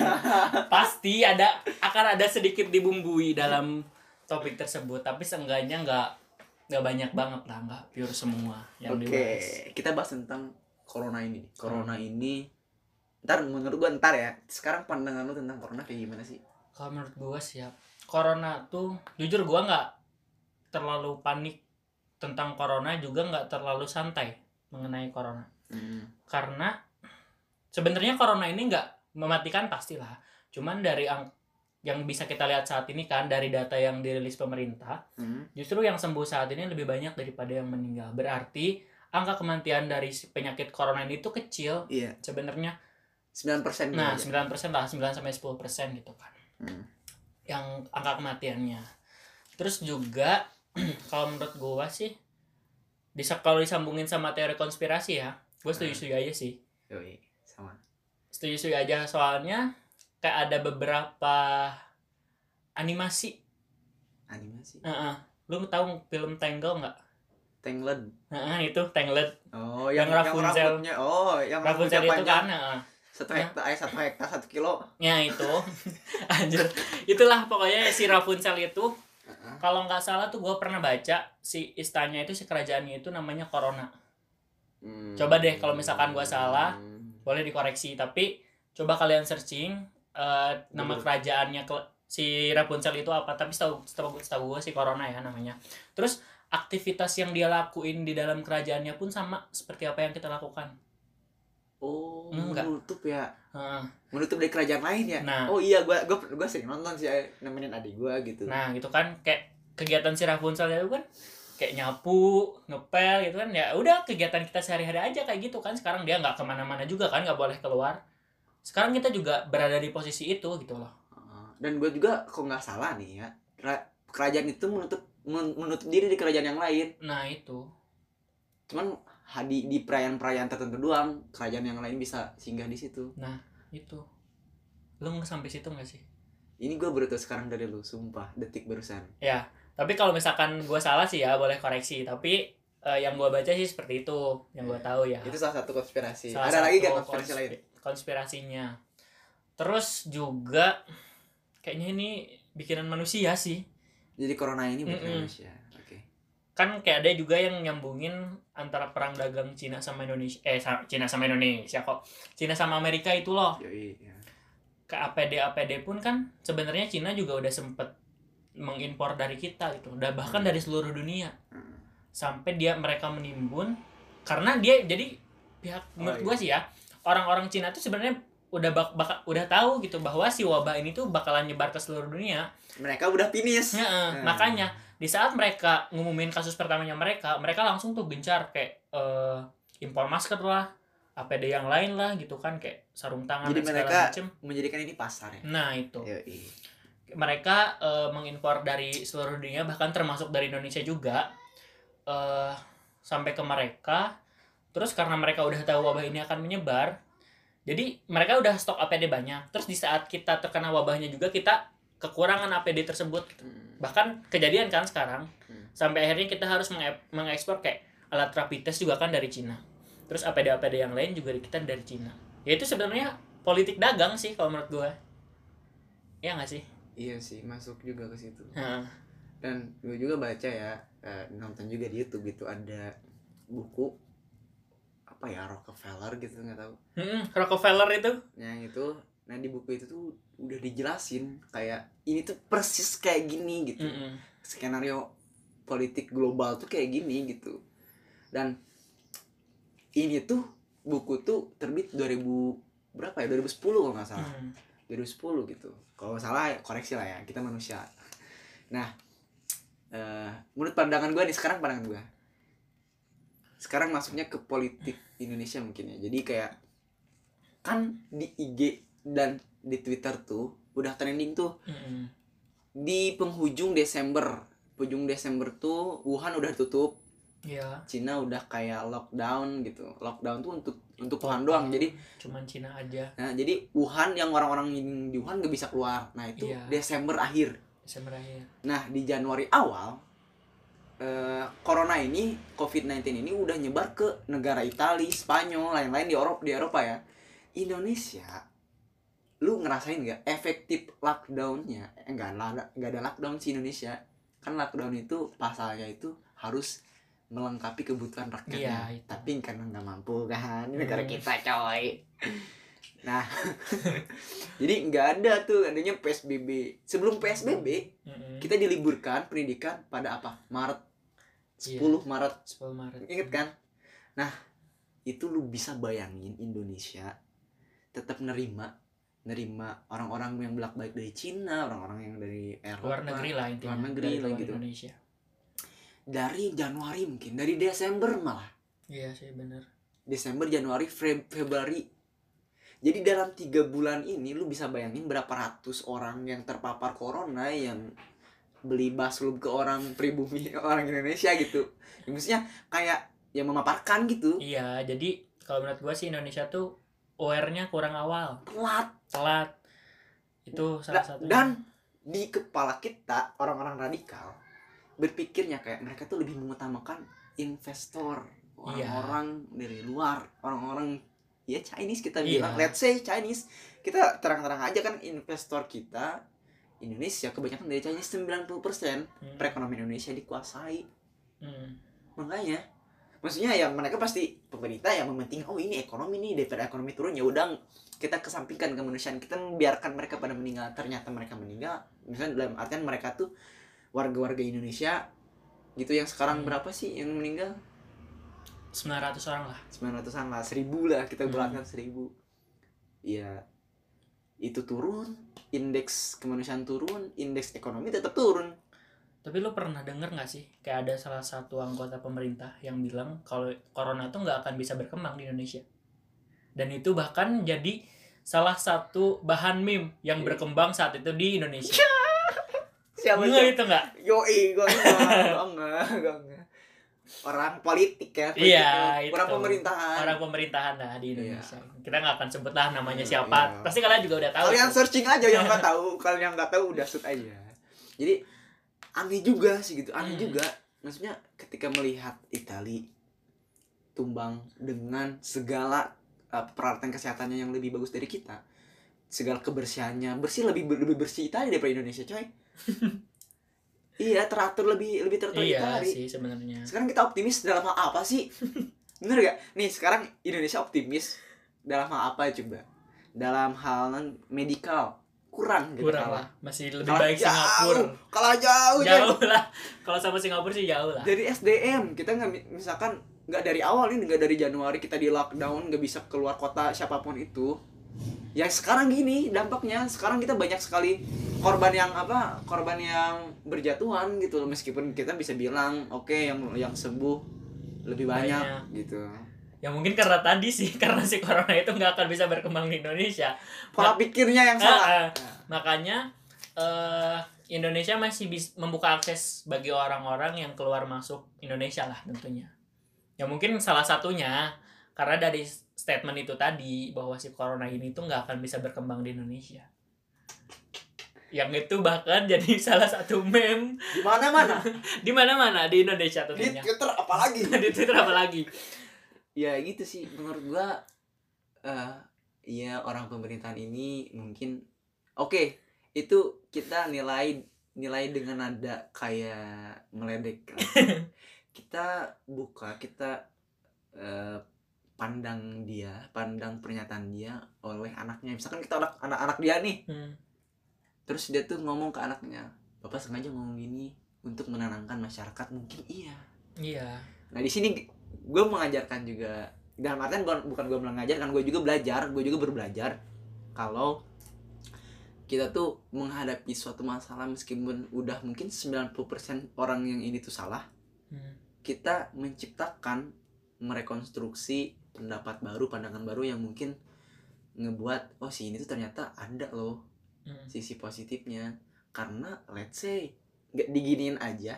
Pasti akan ada sedikit dibumbui dalam topik tersebut, tapi seenggaknya nggak banyak banget lah, nggak pure semua yang dibahas. Kita bahas tentang corona ini. Corona ini, menurut gua ya. Sekarang pandangan lu tentang corona kayak gimana sih? Kalau menurut gua siap. Corona tuh jujur gue nggak terlalu panik tentang corona, juga nggak terlalu santai mengenai corona. Karena sebenarnya corona ini nggak mematikan pastilah, cuman dari yang bisa kita lihat saat ini kan, dari data yang dirilis pemerintah, justru yang sembuh saat ini lebih banyak daripada yang meninggal. Berarti angka kematian dari penyakit corona ini tuh kecil. Iya. Sebenarnya 9%. Nah 9% lah, 9-10% gitu kan. Yang angka kematiannya. Terus juga kalau menurut gue sih, kalau disambungin sama teori konspirasi ya, gue setuju aja sih. Yoi, sama. Setuju aja, soalnya kayak ada beberapa animasi. Lu tahu film Tangled nggak? Tangled. Itu Tangled. Oh, yang Rapunzelnya. Yang Rapunzel itu kan. 1 hektar 1 kilo. Ya itu. Anjir. Itulah pokoknya si Rapunzel itu. Kalau nggak salah tuh gue pernah baca si istana itu, si kerajaannya itu namanya Corona. Coba deh kalau misalkan gue salah, boleh dikoreksi. Tapi coba kalian searching nama kerajaannya si Rapunzel itu apa. Tapi setahu gue si Corona ya namanya. Terus aktivitas yang dia lakuin di dalam kerajaannya pun sama seperti apa yang kita lakukan. Oh, Enggak. menutup ya. Heeh. Menutup dari kerajaan lain ya. Nah. Oh iya, gua sering nonton sih, nemenin adik gua gitu. Nah gitu kan, kayak kegiatan si Rapunzel itu kan kayak nyapu, ngepel gitu kan, ya udah kegiatan kita sehari-hari aja kayak gitu kan. Sekarang dia nggak kemana-mana juga kan, nggak boleh keluar. Sekarang kita juga berada di posisi itu gitu loh. Dan gue juga kok nggak salah nih ya, kerajaan itu menutup diri di kerajaan yang lain. Nah itu. Cuman di perayaan-perayaan tertentu doang kerajaan yang lain bisa singgah di situ. Nah itu. Lu nggak sampai situ nggak sih? Ini gue baru tahu sekarang dari lu, sumpah, detik barusan. Ya, tapi kalau misalkan gue salah sih ya boleh koreksi. Tapi yang gue baca sih seperti itu, yang gue tahu ya. Itu salah satu konspirasi. Salah Ada lagi satu gak konspirasi lain? Konspirasinya. Terus juga kayaknya ini bikinan manusia sih. Jadi corona ini bukan manusia. Oke. Kan kayak ada juga yang nyambungin antara perang dagang Cina sama Indonesia. Cina sama Indonesia kok. Cina sama Amerika itu loh. Yoi, ya. Ke APD pun kan sebenarnya Cina juga udah sempet mengimpor dari kita gitu. Udah bahkan dari seluruh dunia. Sampai mereka menimbun karena dia jadi pihak menurut gua sih ya, orang-orang Cina tuh sebenarnya udah tahu gitu bahwa si wabah ini tuh bakalan nyebar ke seluruh dunia. Mereka udah finish. Makanya di saat mereka ngumumin kasus pertamanya, mereka langsung tuh gencar kayak impor masker lah, APD yang lain lah gitu kan, kayak sarung tangan. Jadi dan mereka segala macem. menjadikan ini pasar ya. Nah itu. Yoi. Mereka mengimpor dari seluruh dunia, bahkan termasuk dari Indonesia juga, sampai ke mereka. Terus karena mereka udah tahu wabah ini akan menyebar, jadi mereka udah stok APD banyak. Terus di saat kita terkena wabahnya juga, kita kekurangan APD tersebut gitu. Bahkan kejadian kan sekarang, sampai akhirnya kita harus mengekspor kayak alat rapid test juga kan dari Cina. Terus APD yang lain juga kita dari Cina. Ya itu sebenarnya politik dagang sih kalau menurut gue. Iya nggak sih? Iya sih, masuk juga ke situ. Dan gue juga baca ya, nonton juga di YouTube gitu, ada buku apa ya, Rockefeller gitu, nggak tahu. Rockefeller itu? Yang itu, nah di buku itu tuh udah dijelasin kayak ini tuh persis kayak gini gitu. Skenario politik global tuh kayak gini gitu. Dan ini tuh buku tuh terbit 2000 berapa ya? 2010 kalau nggak salah. 2010 gitu. Kalau salah koreksi lah ya, kita manusia. Nah, menurut pandangan gue nih, pandangan gue sekarang masuknya ke politik Indonesia mungkin ya. Jadi kayak kan di IG dan di Twitter tuh udah trending tuh. Di penghujung Desember tuh Wuhan udah tutup. Iya. Cina udah kayak lockdown gitu. Lockdown tuh untuk Wuhan doang. Jadi cuman Cina aja. Nah, jadi Wuhan, yang orang-orang di Wuhan gak bisa keluar. Nah, itu Desember akhir. Nah, di Januari awal corona ini, COVID-19 ini udah nyebar ke negara Italia, Spanyol, lain-lain di Eropa ya. Indonesia, lu ngerasain nggak efektif lockdownnya? Nggak ada lockdown sih Indonesia. Kan lockdown itu pasalnya itu harus melengkapi kebutuhan rakyatnya. Tapi karena nggak mampu kan, ini negara kita coy. Nah, jadi nggak ada tuh adanya PSBB. Sebelum PSBB, kita diliburkan pendidikan pada apa? Maret. 10 Maret. Ingat kan? Nah, itu lu bisa bayangin Indonesia tetap nerima orang-orang yang belak-balik dari Cina, orang-orang yang dari Eropa, luar negeri lah intinya, luar negeri lah gitu. Indonesia. Dari Januari mungkin, dari Desember malah. Iya sih benar. Desember, Januari, Februari. Jadi dalam 3 bulan ini lu bisa bayangin berapa ratus orang yang terpapar corona yang beli baslub ke orang pribumi, orang Indonesia gitu. Ya, maksudnya kayak yang memaparkan gitu. Iya, jadi kalau menurut gua sih Indonesia tuh aware-nya kurang awal. Telat. Itu salah satu. Dan di kepala kita orang-orang radikal berpikirnya kayak mereka tuh lebih mengutamakan investor, orang-orang dari luar, orang-orang ya Chinese kita bilang, let's say Chinese. Kita terang-terang aja kan investor kita Indonesia kebanyakan dari Chinese, 90% perekonomian Indonesia dikuasai. Makanya maksudnya ya mereka pasti, pemerintah yang mementing ini ekonomi nih, daripada ekonomi turun ya udah kita kesampingkan kemanusiaan, kita membiarkan mereka pada meninggal. Ternyata mereka meninggal misalnya dalam artian mereka tuh warga-warga Indonesia gitu yang sekarang berapa sih yang meninggal? 900 orang lah. 900-an lah, 1000 lah kita bulatkan 1000. Ya itu turun, indeks kemanusiaan turun, indeks ekonomi tetap turun. Tapi lo pernah denger nggak sih kayak ada salah satu anggota pemerintah yang bilang kalau corona tuh nggak akan bisa berkembang di Indonesia, dan itu bahkan jadi salah satu bahan meme yang berkembang saat itu di Indonesia. Siapa Nggak itu nggak? Yoi, gue enggak. Orang politik ya, Iya, itu. orang pemerintahan. Orang pemerintahan lah di Indonesia. Kita nggak akan sebut lah namanya Iya. siapa. Pasti kalian juga udah tahu. Kalian tuh. searching aja yang nggak tahu, kalian yang nggak tahu udah shoot aja. Jadi aneh juga sih gitu, aneh juga. Maksudnya ketika melihat Itali tumbang dengan segala peralatan kesehatannya yang lebih bagus dari kita, segala kebersihannya lebih bersih Italia daripada Indonesia, coy. Iya, teratur lebih teratur Iya Itali. sih sebenarnya. Sekarang kita optimis dalam hal apa sih? Bener gak? Nih sekarang Indonesia optimis dalam hal apa coba? Dalam hal medikal kurang gitu. Kurang lah, masih lebih Kalah baik jauh. Singapura. Kalah jauh. Jauh lah. Kalau sama Singapura sih jauh lah. Dari SDM kita nggak, misalkan nggak dari awal ini, nggak dari Januari kita di lockdown, nggak bisa keluar kota siapapun itu. Ya sekarang gini dampaknya, sekarang kita banyak sekali korban yang berjatuhan gitu loh, meskipun kita bisa bilang oke, yang sembuh lebih banyak gitu. Ya mungkin karena tadi sih, karena si corona itu nggak akan bisa berkembang di Indonesia. Pola pikirnya yang salah. Makanya Indonesia masih membuka akses bagi orang-orang yang keluar masuk Indonesia lah tentunya. Ya mungkin salah satunya karena dari statement itu tadi bahwa si corona ini tuh nggak akan bisa berkembang di Indonesia. Yang itu bahkan jadi salah satu meme Di mana-mana. di mana-mana di Indonesia Di tentunya. Twitter apalagi. Di Twitter apalagi. Ya gitu sih menurut gua. Ya orang pemerintahan ini mungkin oke, itu kita nilai dengan nada kayak meledek. kita pandang pernyataan dia oleh anaknya. Misalkan kita anak dia nih, terus dia tuh ngomong ke anaknya, bapak sengaja ngomong gini untuk menenangkan masyarakat, mungkin iya. Nah di sini gue mengajarkan juga, dalam artian bukan gue mengajarkan, gue juga berbelajar kalau kita tuh menghadapi suatu masalah meskipun udah mungkin 90% orang yang ini tuh salah, kita menciptakan, merekonstruksi pandangan baru yang mungkin ngebuat oh si ini tuh ternyata ada loh sisi positifnya. Karena let's say nggak diginiin aja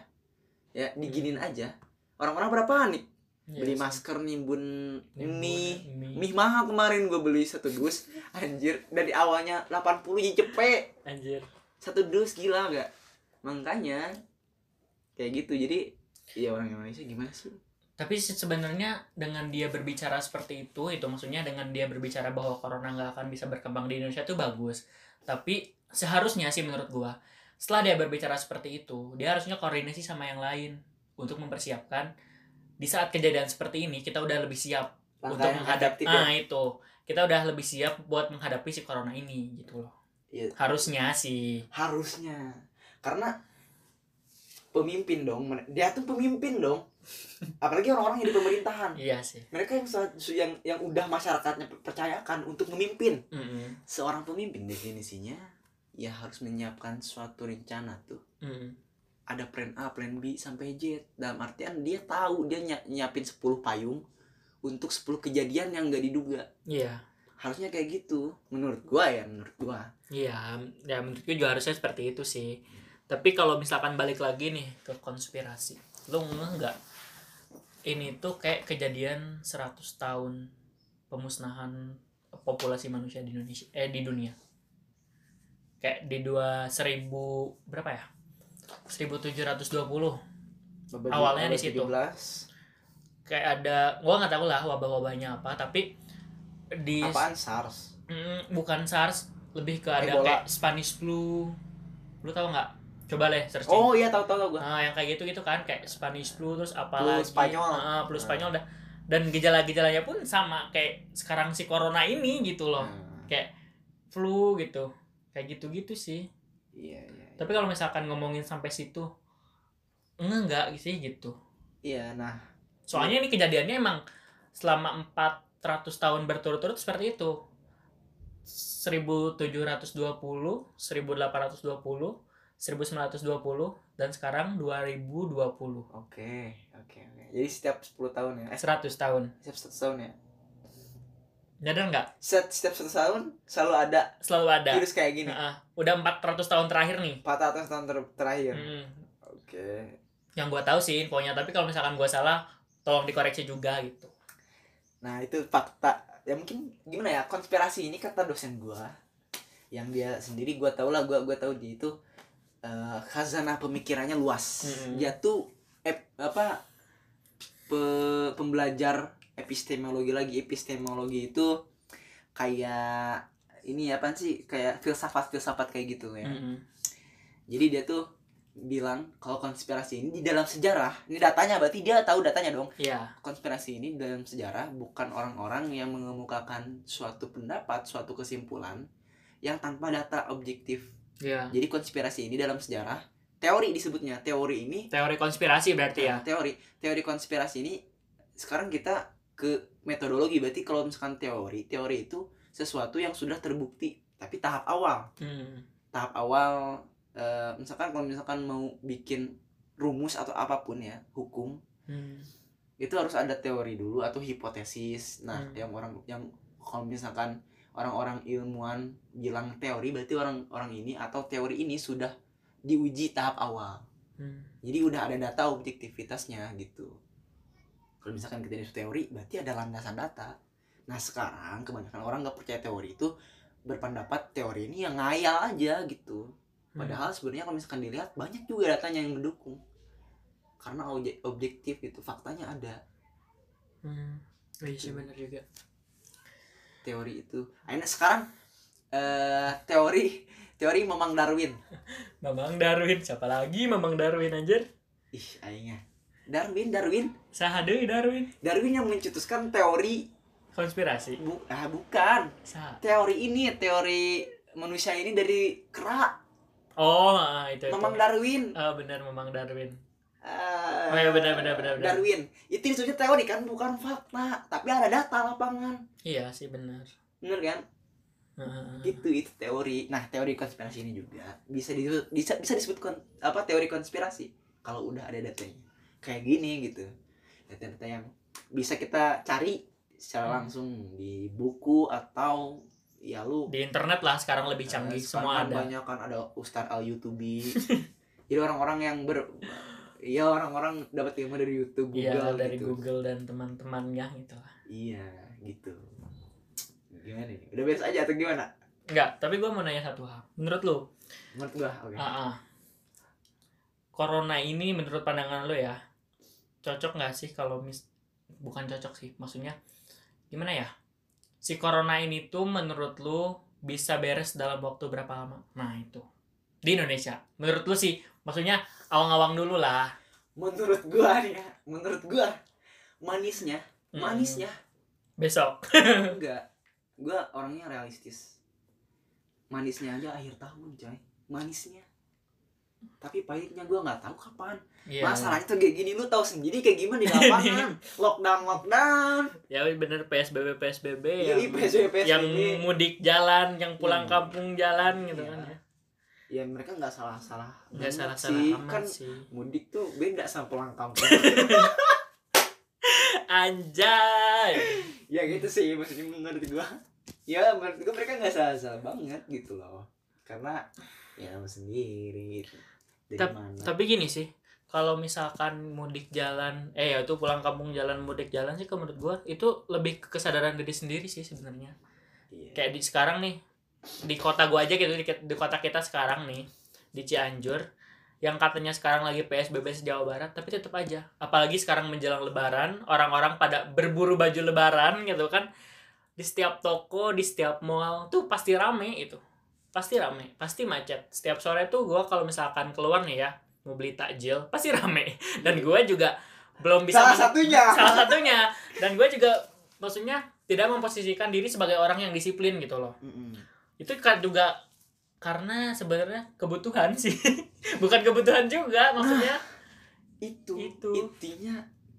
orang-orang pada panik. Beli masker, nimbun mie mahal kemarin gue beli 1 dus anjir, dari awalnya 80 jadi cepet Anjir. 1 dus, gila gak? Makanya kayak gitu. Jadi ya orang Indonesia gimana sih? Tapi sebenarnya dengan dia berbicara seperti itu maksudnya dengan dia berbicara bahwa corona nggak akan bisa berkembang di Indonesia itu bagus. Tapi seharusnya sih menurut gua, setelah dia berbicara seperti itu, dia harusnya koordinasi sama yang lain untuk mempersiapkan di saat kejadian seperti ini kita udah lebih siap untuk menghadapi itu. Kita udah lebih siap buat menghadapi si corona ini gitu loh. Ya, harusnya sih. Harusnya. Karena pemimpin dong, dia tuh pemimpin dong. Apalagi orang-orang yang di pemerintahan. Iya sih. Mereka yang udah masyarakatnya percayakan untuk memimpin. Seorang pemimpin definisinya ya harus menyiapkan suatu rencana tuh. Ada plan A, plan B sampai Z. Dalam artian dia tahu dia nyiapin 10 payung untuk 10 kejadian yang gak diduga. Iya. Harusnya kayak gitu menurut gua. Iya, ya menurut gua juga harusnya seperti itu sih. Tapi kalau misalkan balik lagi nih ke konspirasi, lo nggak ini tuh kayak kejadian 100 tahun pemusnahan populasi manusia di Indonesia, di dunia. Kayak di 1000 berapa ya? 1720. Awalnya di situ. Kayak ada, gua nggak tahu lah wabah-wabahnya apa, tapi di apaan, SARS? Bukan SARS, lebih ke ada Ebola. Kayak Spanish flu. Lu tahu nggak? Coba deh searching. Oh iya, tahu gua. Nah, yang kayak gitu kan, kayak Spanish flu, terus apalagi flu Spanyol dah. Dan gejala-gejalanya pun sama kayak sekarang si corona ini gitu loh. Kayak flu gitu. Kayak gitu-gitu sih. Iya. Tapi kalau misalkan ngomongin sampai situ enggak sih gitu. Iya, nah Soalnya ini kejadiannya emang selama 400 tahun berturut-turut seperti itu. 1720, 1820, 1920 dan sekarang 2020. Oke. Jadi setiap 10 tahun ya. 100 tahun. Setiap 100 tahun ya. Nyadar nggak? Setiap 100 tahun selalu ada virus kayak gini. Udah 400 tahun terakhir nih. 400 tahun terakhir. Oke. Yang gua tahu sih infonya, tapi kalau misalkan gua salah tolong dikoreksi juga gitu. Nah, itu fakta. Ya mungkin gimana ya, konspirasi ini kata dosen gua yang dia sendiri, gua tahu lah, gua tahu dia itu khazanah pemikirannya luas. Dia tuh pembelajar epistemologi itu kayak ini apa sih, kayak filsafat kayak gitu ya. Jadi dia tuh bilang kalau konspirasi ini di dalam sejarah, ini datanya, berarti dia tahu datanya dong. Iya. Konspirasi ini dalam sejarah bukan orang-orang yang mengemukakan suatu pendapat, suatu kesimpulan yang tanpa data objektif. Iya. Jadi konspirasi ini dalam sejarah, teori disebutnya. Teori konspirasi berarti ya. Teori konspirasi ini sekarang kita ke metodologi. Berarti kalau misalkan teori itu sesuatu yang sudah terbukti tapi tahap awal. Misalkan kalau mau bikin rumus atau apapun ya, hukum, itu harus ada teori dulu atau hipotesis. Nah, yang kalau misalkan orang-orang ilmuwan bilang teori, berarti orang ini atau teori ini sudah diuji tahap awal. Jadi udah ada data objektivitasnya gitu. Kalau misalkan kita itu teori, berarti ada landasan data. Nah, sekarang kebanyakan orang nggak percaya teori itu, berpendapat teori ini yang ngayal aja gitu. Padahal sebenarnya kalau misalkan dilihat banyak juga datanya yang mendukung. Karena objektif gitu, faktanya ada. Iya sih, benar juga. Teori itu. Akhirnya sekarang teori Mamang Darwin. Mamang Darwin, siapa lagi Mamang Darwin anjir? Ih, aingnya. Darwin. Saha deui Darwin? Darwin yang mencetuskan teori konspirasi. Bukan. Teori manusia ini dari kera. Oh, itu. Mamang Darwin. Benar, Mamang Darwin. Oh ya, benar. Darwin. Itu disebutnya teori kan, bukan fakta, tapi ada data lapangan. Iya sih, benar. Benar kan? Gitu, itu teori. Nah, teori konspirasi ini juga bisa disebut teori konspirasi kalau udah ada datanya. Kayak gini gitu. Data-data yang bisa kita cari secara langsung di buku atau ya lu di internet lah, sekarang lebih canggih, semua ada. Banyak kan, ada Ustadz Al-Youtubi. Jadi orang-orang yang orang-orang dapat ilmu dari YouTube, Google, dari gitu. Google dan teman-temannya gitu lah. Iya, gitu. Gimana nih? Udah biasa aja atau gimana? Enggak, tapi gue mau nanya satu hal. Menurut lu? Menurut gua, oke. Corona ini menurut pandangan lu ya, cocok nggak sih kalau bukan cocok sih, maksudnya gimana ya? Si corona ini tuh menurut lu bisa beres dalam waktu berapa lama? Nah, itu. Di Indonesia. Menurut lu sih, maksudnya awang-awang dulu lah. Menurut gua manisnya besok. enggak. Gua orangnya realistis. Manisnya aja akhir tahun, coy. Manisnya. Tapi pahitnya gua nggak tahu kapan. Yeah. Masalahnya tuh kayak gini, lu tahu sendiri kayak gimana di lapangan. Lockdown. Ya bener, PSBB PSBB yang mudik jalan, yang pulang kampung jalan gitu kan ya. Ya mereka nggak salah sih, kan sih. Mudik tuh beda sama pulang kampung. Anjay. Ya gitu sih, maksudnya menurut gua. Ya menurut gua mereka nggak salah banget gitu loh. Karena ya sendiri. Tapi gini sih, kalau misalkan mudik jalan, itu pulang kampung jalan, mudik jalan sih, menurut gua itu lebih kesadaran diri sendiri sih sebenarnya. Kayak sekarang nih di kota gua aja gitu, di kota kita sekarang nih di Cianjur, yang katanya sekarang lagi PSBB se-Jawa Barat, tapi tetap aja, apalagi sekarang menjelang Lebaran, orang-orang pada berburu baju Lebaran gitu kan, di setiap toko, di setiap mall tuh pasti rame itu. Pasti macet. Setiap sore tuh gue kalau misalkan keluar nih ya, mau beli takjil, pasti rame. Dan gue juga belum bisa salah satunya. Dan gue juga maksudnya tidak memposisikan diri sebagai orang yang disiplin gitu loh. Itu kan juga karena sebenarnya kebutuhan sih. Bukan kebutuhan juga maksudnya. Itu intinya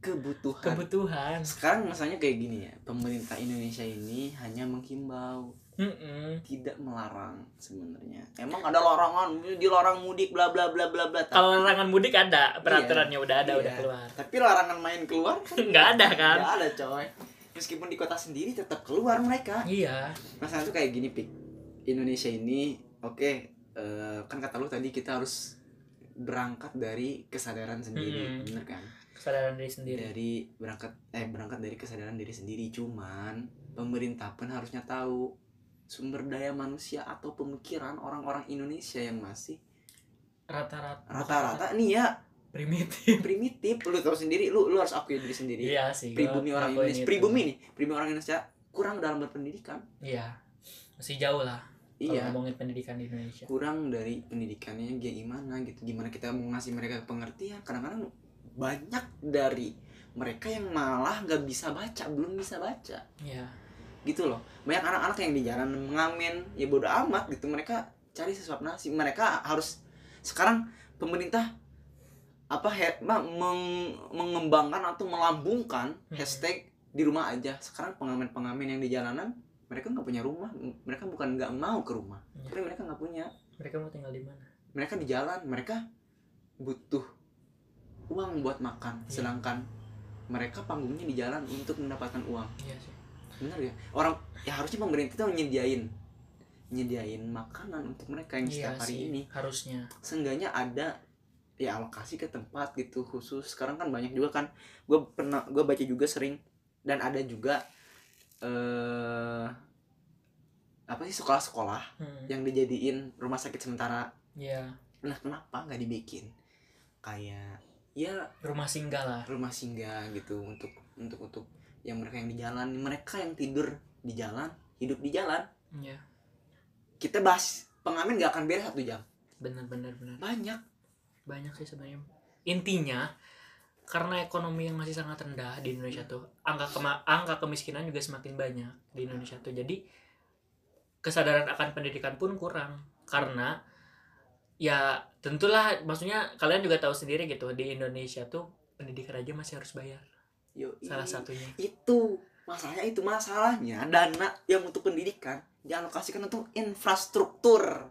kebutuhan. Sekarang masalahnya kayak gini ya, pemerintah Indonesia ini hanya menghimbau, tidak melarang sebenarnya. Emang ada larangan, dilarang mudik bla bla bla bla bla. Kalau larangan mudik ada, peraturannya udah keluar. Tapi larangan main keluar kan nggak ada kan? Nggak ada coy. Meskipun di kota sendiri tetap keluar mereka. Iya. Masalah tuh kayak gini Pik. Indonesia ini kan kata lu tadi kita harus berangkat dari kesadaran sendiri, bener kan? Kesadaran diri sendiri. Berangkat dari kesadaran diri sendiri. Cuman pemerintah pun harusnya tahu sumber daya manusia atau pemikiran orang-orang Indonesia yang masih rata-rata nih ya primitif. Lu tahu sendiri, lu harus akui diri sendiri. Iya sih. Pribumi orang orang Indonesia kurang dalam berpendidikan. Iya. Masih jauh lah. Iya. Kalau ngomongin pendidikan di Indonesia. Kurang dari pendidikannya gimana gitu. Gimana kita mau ngasih mereka pengertian. Kadang-kadang banyak dari mereka yang malah belum bisa baca. Iya. Gitu loh. Banyak anak-anak yang di jalan mengamen, ya bodo amat gitu. Mereka cari sesuap nasi. Mereka harus sekarang pemerintah mengembangkan atau melambungkan hashtag di rumah aja. Sekarang pengamen yang di jalanan mereka nggak punya rumah, mereka bukan nggak mau ke rumah, tapi mereka nggak punya. Mereka mau tinggal di mana? Mereka di jalan, mereka butuh uang buat makan, sedangkan mereka panggungnya di jalan untuk mendapatkan uang. Iya sih. Benar ya? Orang ya harusnya pemerintah itu nyediain makanan untuk mereka yang setiap hari ini. Harusnya. Seenggaknya ada ya alokasi ke tempat gitu khusus. Sekarang kan banyak juga kan, gue baca juga sering, dan ada juga sekolah-sekolah yang dijadiin rumah sakit sementara. Iya. Nah kenapa nggak dibikin kayak ya rumah singgah gitu untuk yang mereka yang di jalan, mereka yang tidur di jalan, hidup di jalan. Iya. Kita bahas pengamen nggak akan beres 1 jam. Benar. Banyak sih sebenarnya. Intinya karena ekonomi yang masih sangat rendah di Indonesia tuh, angka kemiskinan juga semakin banyak di Indonesia tuh. Jadi kesadaran akan pendidikan pun kurang, karena ya tentulah, maksudnya kalian juga tahu sendiri gitu, di Indonesia tuh pendidikan aja masih harus bayar. Salah satunya masalahnya dana yang untuk pendidikan dialokasikan untuk infrastruktur.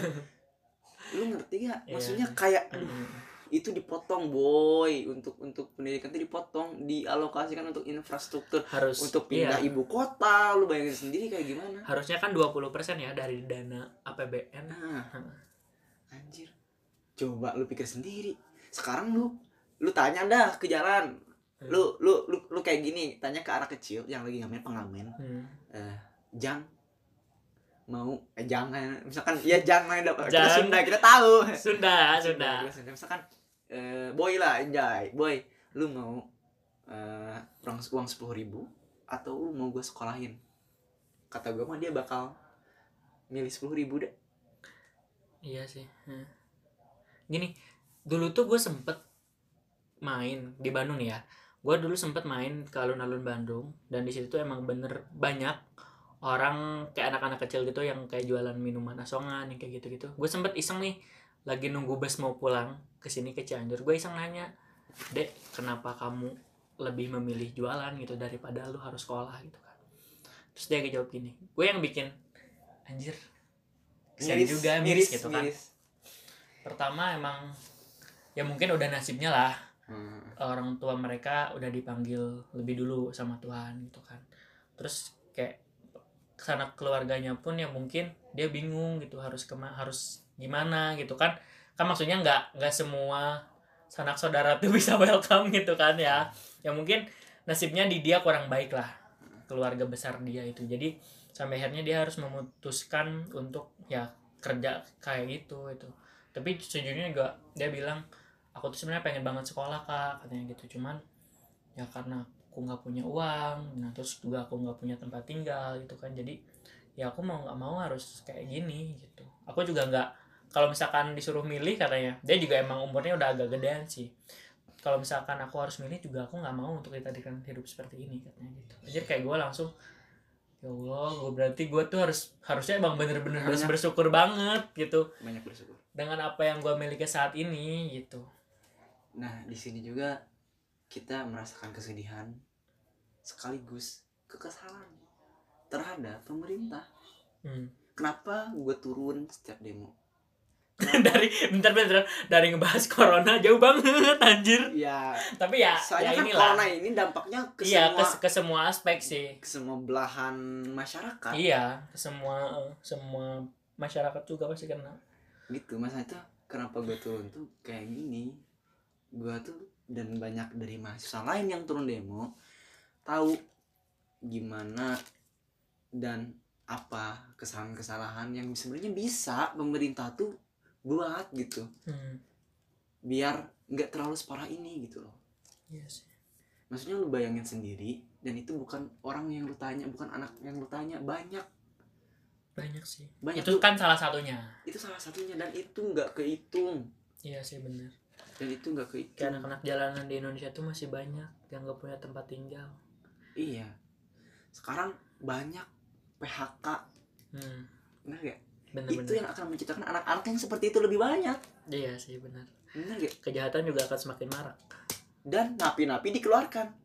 Lu ngerti gak? Maksudnya kayak itu dipotong boy, untuk pendidikan itu dipotong, dialokasikan untuk infrastruktur, untuk pindah ibu kota. Lu bayangin sendiri kayak gimana. Harusnya kan 20% ya dari dana APBN. Anjir, coba lu pikir sendiri. Sekarang lu tanya dah ke jalan, lu kayak gini, tanya ke anak kecil yang lagi pengamen, Jang mau jangan, misalkan ya jangan kita Sunda, kita tahu Sunda. Misalkan boy lah, Anjay boy, lu mau uang 10.000 atau lu mau gue sekolahin? Kata gue mah dia bakal milih 10.000 deh. Iya sih. Gini, dulu tuh gue sempet main di Bandung nih ya. Gue dulu sempet main ke alun-alun Bandung, dan di situ tuh emang bener banyak orang kayak anak-anak kecil gitu yang kayak jualan minuman asongan yang kayak gitu-gitu. Gue sempet iseng nih, lagi nunggu bus mau pulang ke sini ke Cianjur, gue iseng nanya, "Dek, kenapa kamu lebih memilih jualan gitu daripada lu harus sekolah gitu kan?" Terus dia jawab gini, gue yang bikin anjir miris gitu kan. Pertama emang ya mungkin udah nasibnya lah, orang tua mereka udah dipanggil lebih dulu sama Tuhan gitu kan. Terus kayak sanak keluarganya pun ya mungkin dia bingung gitu harus gimana gitu kan maksudnya nggak semua sanak saudara tuh bisa welcome gitu kan ya mungkin nasibnya di dia kurang baik lah, keluarga besar dia itu. Jadi sampai akhirnya dia harus memutuskan untuk ya kerja kayak gitu itu. Tapi sejujurnya juga dia bilang, aku tuh sebenarnya pengen banget sekolah Kak, katanya gitu, cuman ya karena aku nggak punya uang, nah terus juga aku nggak punya tempat tinggal gitu kan, jadi ya aku mau nggak mau harus kayak gini gitu. Aku juga nggak, kalau misalkan disuruh milih, katanya dia juga emang umurnya udah agak gedean sih, kalau misalkan aku harus milih juga aku nggak mau untuk ditadikan hidup seperti ini, katanya gitu. Jadi kayak gue langsung, ya Allah, gue tuh harusnya emang bener-bener harus bersyukur banget gitu, banyak bersyukur dengan apa yang gue miliki saat ini gitu. Nah di sini juga kita merasakan kesedihan sekaligus kekesalan terhadap pemerintah. Kenapa gue turun setiap demo? dari bentar dari ngebahas corona jauh banget anjir. Ya, tapi ya soalnya ya kan inilah. corona ini dampaknya ke iya, semua ke semua aspek sih. Ke semua belahan masyarakat. Iya, ke semua masyarakat juga pasti kena. Gitu, maksudnya tuh kenapa gue turun tuh kayak gini. Gue tuh dan banyak dari mahasiswa lain yang turun demo tahu gimana dan apa kesalahan-kesalahan yang sebenarnya bisa pemerintah tuh buat gitu. Biar nggak terlalu separah ini gitu loh. Iya sih. Maksudnya lu bayangin sendiri, dan itu bukan orang yang lu tanya, bukan anak yang lu tanya, banyak sih. Banyak itu tuh. kan salah satunya. Itu salah satunya, dan itu nggak kehitung. Iya sih, benar. Dan itu nggak kehitung. Kayak anak-anak jalanan di Indonesia tuh masih banyak yang nggak punya tempat tinggal. Iya. Sekarang banyak PHK. Benar gak? Itu yang akan menciptakan anak-anak yang seperti itu lebih banyak. Iya sih, benar. Benar gak? Kejahatan juga akan semakin marak. Dan napi-napi dikeluarkan.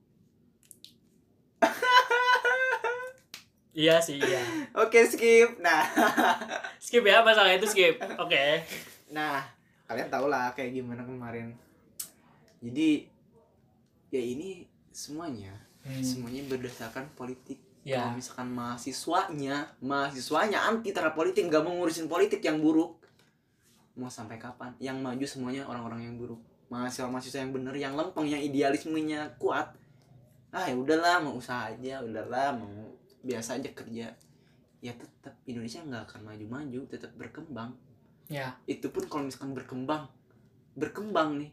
Iya sih, iya. Oke, skip. Nah, skip ya, masalah itu skip. Oke. Nah, kalian tau lah kayak gimana kemarin. Jadi ya ini semuanya berdasarkan politik. Ya. Kalau misalkan mahasiswanya anti terhadap politik, nggak mau ngurusin politik yang buruk, mau sampai kapan? Yang maju semuanya orang-orang yang buruk. Mahasiswa yang bener, yang lempeng, yang idealismenya kuat. Ya udahlah, mau usaha aja, udahlah mau biasa aja kerja. Ya tetap Indonesia nggak akan maju-maju, tetap berkembang. Ya. Itu pun kalau misalkan berkembang nih,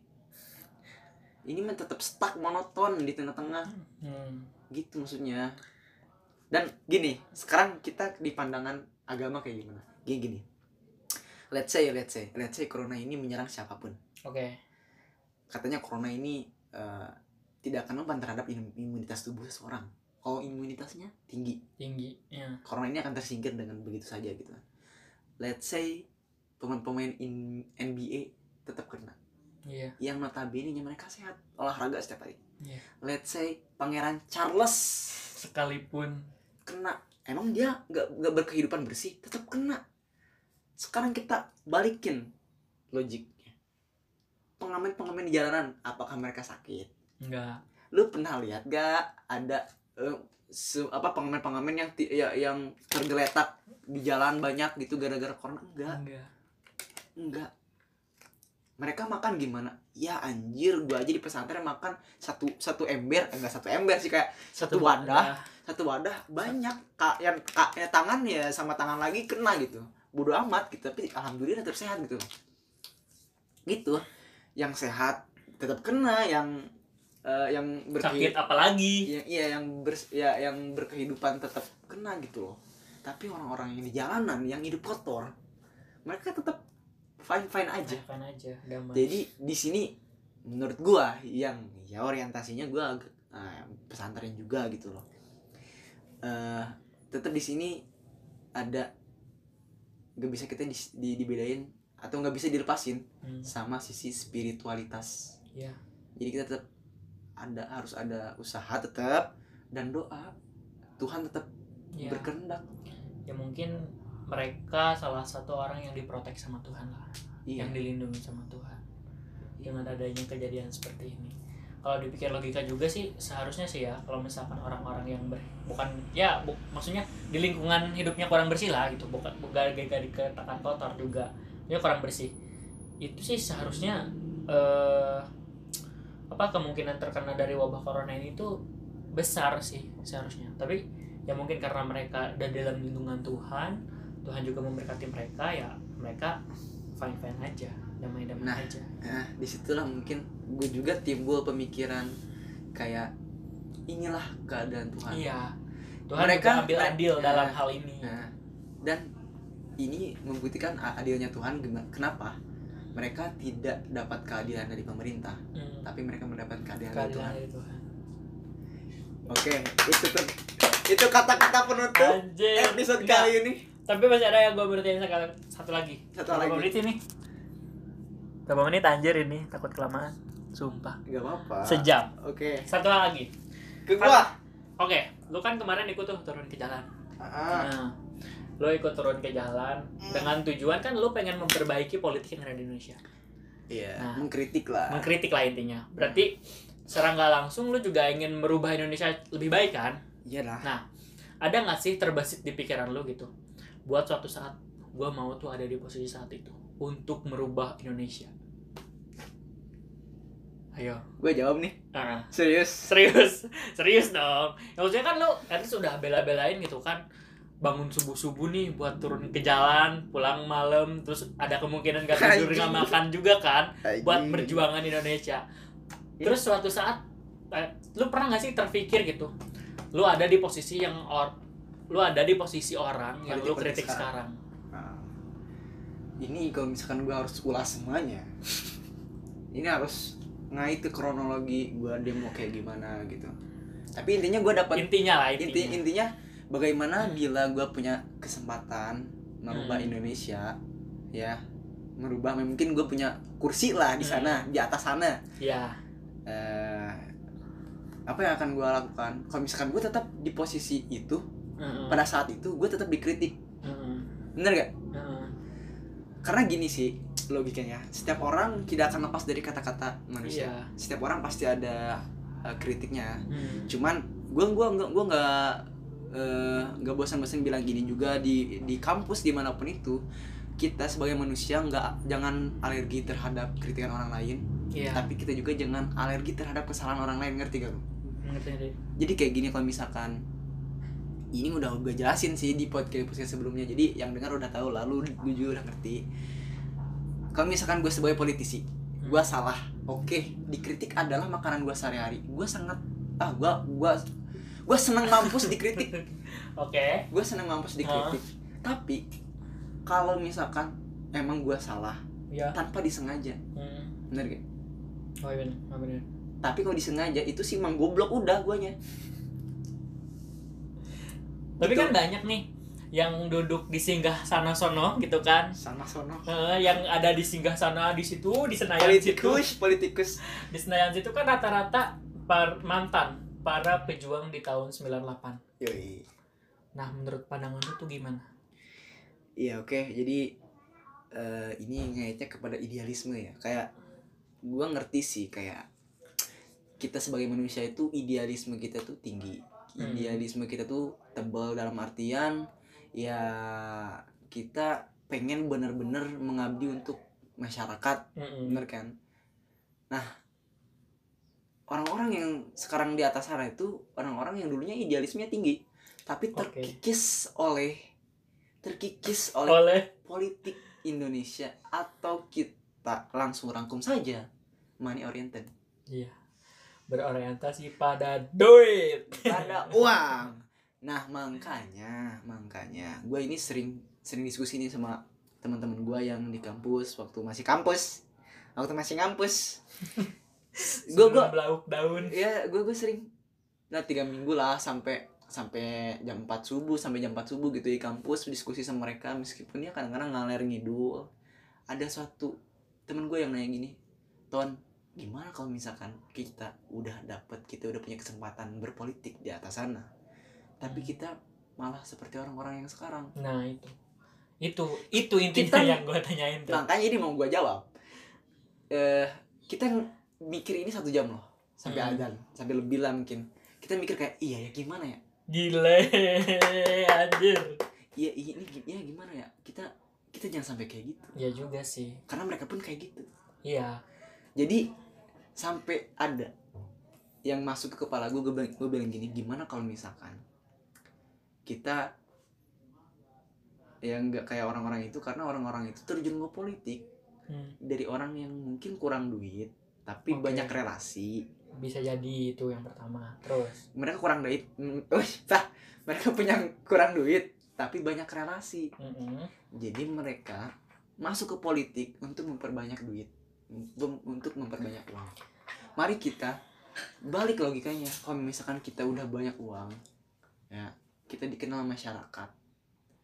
ini mah tetap stuck monoton di tengah-tengah. Gitu maksudnya. Dan gini, sekarang kita di pandangan agama kayak gimana? Gini. Let's say corona ini menyerang siapapun. Oke. Katanya corona ini tidak akan mempan terhadap imunitas tubuh seseorang. Kalau imunitasnya tinggi, ya. Corona ini akan tersingkir dengan begitu saja gitu. Let's say pemain-pemain NBA tetap kena. Iya. Yang notabene mereka sehat, olahraga setiap hari. Iya. Let's say Pangeran Charles sekalipun kena, emang dia nggak berkehidupan bersih, tetap kena. Sekarang kita balikin logiknya. Pengamen di jalanan, apakah mereka sakit? Enggak. Lu pernah lihat gak ada pengamen yang tergeletak di jalan banyak gitu gara-gara corona? Enggak. Mereka makan gimana? Ya anjir, gua aja di pesantren makan satu ember, enggak satu ember sih, kayak satu wadah banyak. Yang tangan ya sama tangan lagi kena gitu. Bodoh amat gitu, tapi alhamdulillah tetap sehat gitu. Gitu. Yang sehat tetap kena, yang sakit apalagi. yang berkehidupan tetap kena gitu loh. Tapi orang-orang yang di jalanan yang hidup kotor, mereka tetap fine aja. Damai. Jadi di sini menurut gua yang ya orientasinya gua pesantren juga gitu loh. Tetap di sini ada, nggak bisa kita dibedain atau nggak bisa dilepasin sama sisi spiritualitas. Ya. Jadi kita tetap harus ada usaha tetap, dan doa. Tuhan tetap berkehendak. Ya mungkin mereka salah satu orang yang diprotek sama Tuhan lah. Iya. Yang dilindungi sama Tuhan. Dengan adanya kejadian seperti ini. Kalau dipikir logika juga sih, seharusnya sih ya, kalau misalkan orang-orang yang maksudnya di lingkungan hidupnya kurang bersih lah gitu, bukan dikatakan kotor juga, dia kurang bersih. Itu sih seharusnya kemungkinan terkena dari wabah corona ini tuh besar sih seharusnya. Tapi ya mungkin karena mereka ada dalam lindungan Tuhan juga memberkati mereka, ya mereka fine aja, damai aja. Nah, disitulah mungkin gue juga timbul pemikiran kayak inilah keadaan Tuhan. Iya. Tuhan mereka juga ambil adil dalam hal ini. Dan ini membuktikan adilnya Tuhan. Kenapa? Mereka tidak dapat keadilan dari pemerintah, tapi mereka mendapat keadilan dari Tuhan. Oke, itu kata-kata penutup episode kali ini. Tapi masih ada yang gue bertanya satu lagi. Berapa menit ini? Berapa menit anjir ini? Takut kelamaan. Sumpah. Gak apa-apa. Sejam. Oke. Satu hal lagi. Ke gua. Oke, lu kan kemarin ikut tuh turun ke jalan. Ah. Nah, lu ikut turun ke jalan dengan tujuan kan lu pengen memperbaiki politik yang ada di Indonesia. Iya, Nah, mengkritik lah. Mengkritik lah intinya. Berarti secara nggak langsung lu juga ingin merubah Indonesia lebih baik kan? Iyalah. Nah, ada nggak sih terbesit di pikiran lu gitu? Buat suatu saat gua mau tuh ada di posisi saat itu untuk merubah Indonesia. Ayo. Gue jawab nih. Serius dong. Ya, maksudnya kan lu sudah bela-belain gitu kan, bangun subuh nih buat turun ke jalan, pulang malam, terus ada kemungkinan gak tidur gak makan juga kan, buat perjuangan Indonesia. Terus suatu saat lu pernah gak sih terpikir gitu, lu ada di posisi orang yang lu kritik sekarang. Nah, ini kalau misalkan gue harus ulas semuanya, ini harus ngai itu kronologi gue demo kayak gimana gitu. Tapi intinya gue dapat intinya bagaimana bila gue punya kesempatan merubah Indonesia, ya merubah, mungkin gue punya kursi lah di sana, di atas sana. Ya. Apa yang akan gue lakukan? Kalau misalkan gue tetap di posisi itu, pada saat itu gue tetap dikritik, bener gak? Karena gini sih logikanya, setiap orang tidak akan lepas dari kata-kata manusia. Setiap orang pasti ada kritiknya. Cuman gue nggak bosan-bosan bilang gini juga di kampus dimanapun itu, kita sebagai manusia jangan alergi terhadap kritikan orang lain, tapi kita juga jangan alergi terhadap kesalahan orang lain, ngerti gak lu? Ngerti. Jadi kayak gini, kalau misalkan ini udah gue jelasin sih di podcast sebelumnya, jadi yang dengar udah tahu lah, lu juga udah ngerti. Kalau misalkan gue sebagai politisi, gue salah, oke, dikritik adalah makanan gue sehari-hari. Gue sangat gue senang mampus dikritik. Oke. Gue senang mampus dikritik. Tapi kalau misalkan emang gue salah, tanpa disengaja, bener gak? Oh iya bener. Tapi kalau disengaja itu sih emang goblok udah guanya. Tapi kan banyak nih yang duduk di singgah sana sono gitu kan, yang ada di singgah sana di situ, di Senayan politikus di Senayan situ kan rata-rata mantan para pejuang di tahun 98. Yoi. Nah, menurut pandangan lu tuh gimana? Iya, oke. Jadi ini ngaitnya kepada idealisme ya. Kayak gua ngerti sih, kayak kita sebagai manusia itu idealisme kita tuh tinggi. Idealisme kita tuh tebal dalam artian ya kita pengen bener-bener mengabdi untuk masyarakat, bener kan? Nah, orang-orang yang sekarang di atas sana itu orang-orang yang dulunya idealismenya tinggi, tapi terkikis oleh politik Indonesia, atau kita langsung rangkum saja money oriented. Iya. Berorientasi pada duit, pada uang. Nah, makanya gue ini sering diskusi nih sama teman-teman gue yang di kampus waktu masih ngampus. gue belauk daun. Ya, gue sering 3 minggu lah sampai jam 4 subuh gitu di kampus diskusi sama mereka, meskipun ya kadang-kadang ngaler ngidul. Ada suatu temen gue yang nanya gini, "Ton, gimana kalau misalkan kita udah punya kesempatan berpolitik di atas sana, tapi kita malah seperti orang-orang yang sekarang?" Nah, itu intinya yang gue tanyain tuh. Makanya ini mau gue jawab. Kita mikir ini 1 jam loh, sampai adzan, sampai lebih lah mungkin. Kita mikir kayak, iya ya gimana ya? Gile, anjir. Iya ini ya gimana ya? Kita jangan sampai kayak gitu. Iya juga sih. Karena mereka pun kayak gitu. Iya. Jadi sampai ada yang masuk ke kepala gue bilang gini, gimana kalau misalkan kita yang nggak kayak orang-orang itu, karena orang-orang itu terjun ke politik dari orang yang mungkin kurang duit tapi banyak relasi. Bisa jadi itu yang pertama. Terus mereka kurang duit, mereka punya kurang duit tapi banyak relasi. Jadi mereka masuk ke politik untuk memperbanyak duit, untuk memperbanyak uang. Mari kita balik logikanya, kalau misalkan kita udah banyak uang, ya kita dikenal masyarakat,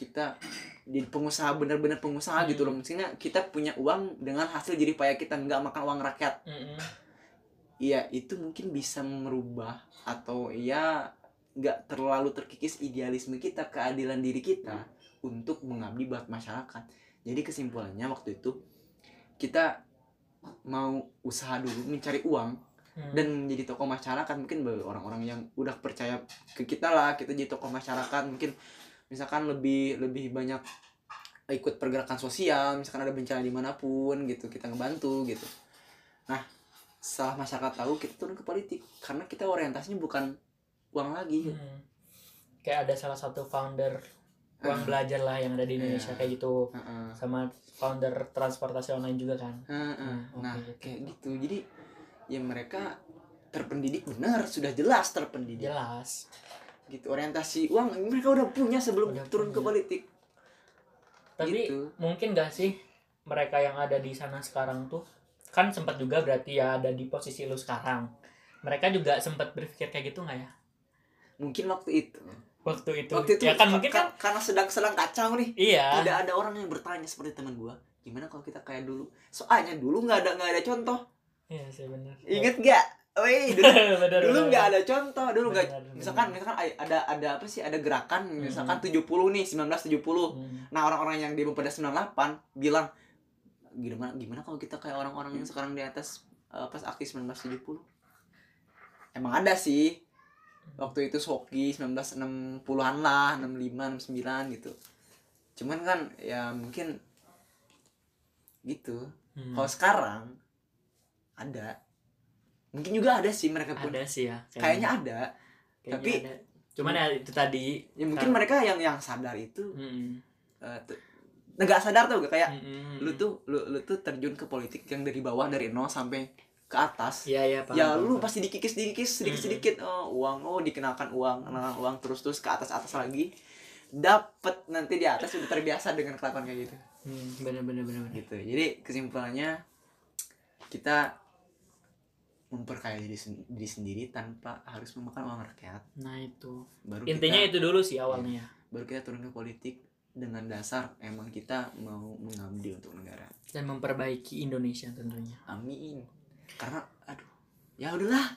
kita jadi pengusaha, bener-bener pengusaha gitu loh. Maksudnya kita punya uang dengan hasil jerih payah kita, nggak makan uang rakyat. Iya, itu mungkin bisa merubah atau ya nggak terlalu terkikis idealisme kita, keadilan diri kita untuk mengabdi buat masyarakat. Jadi kesimpulannya waktu itu kita mau usaha dulu mencari uang dan menjadi tokoh masyarakat. Mungkin bagi orang-orang yang udah percaya ke kita lah, kita jadi tokoh masyarakat, mungkin misalkan lebih banyak ikut pergerakan sosial, misalkan ada bencana dimanapun gitu, kita ngebantu gitu. Nah, setelah masyarakat tahu, kita turun ke politik karena kita orientasinya bukan uang lagi. Kayak ada salah satu founder Uang Belajar lah yang ada di Indonesia kayak gitu, sama founder transportasi online juga kan. Nah, kayak gitu. Jadi ya mereka terpendidik, benar, sudah jelas terpendidik. Jelas. Gitu, orientasi uang mereka udah punya sebelum turun ke politik. Tapi gitu. Mungkin gak sih mereka yang ada di sana sekarang tuh, kan sempat juga berarti ya ada di posisi lu sekarang. Mereka juga sempat berpikir kayak gitu nggak ya? Mungkin waktu itu ya kan mungkin kan karena sedang kacau nih. Iya. Tidak ada orang yang bertanya seperti teman gua, gimana kalau kita kayak dulu? Soalnya dulu nggak ada contoh. Iya sih benar. Ingat gak? Wih, dulu nggak ada contoh, dulu nggak. Misalkan ada apa sih, ada gerakan misalkan 70 nih, 1970. Nah, orang-orang yang demo pada 98 bilang gimana kalau kita kayak orang-orang yang sekarang di atas pas aktif 1970. Emang ada sih waktu itu Soki 1960-an lah, 65, 69 gitu. Cuman kan ya mungkin gitu. Kalau sekarang ada, mungkin juga ada sih mereka pun. Ada sih ya. Kayaknya ada. Tapi ada. Cuman ya itu tadi. Ya mungkin mereka yang sadar itu. Nggak sadar tuh kayak lu tuh terjun ke politik yang dari bawah, dari nol sampai ke atas. Iya, paham. Ya lu pasti dikikis sedikit uang, dikenakan uang terus ke atas lagi. Dapat nanti di atas udah terbiasa dengan kelakuan kayak gitu. Bener. Gitu. Jadi kesimpulannya kita memperkaya diri sendiri tanpa harus memakan uang rakyat. Nah, itu. Baru intinya itu dulu sih awalnya. Ya, baru kita turun ke politik dengan dasar emang kita mau mengabdi untuk negara dan memperbaiki Indonesia tentunya. Amin. Karena ya udahlah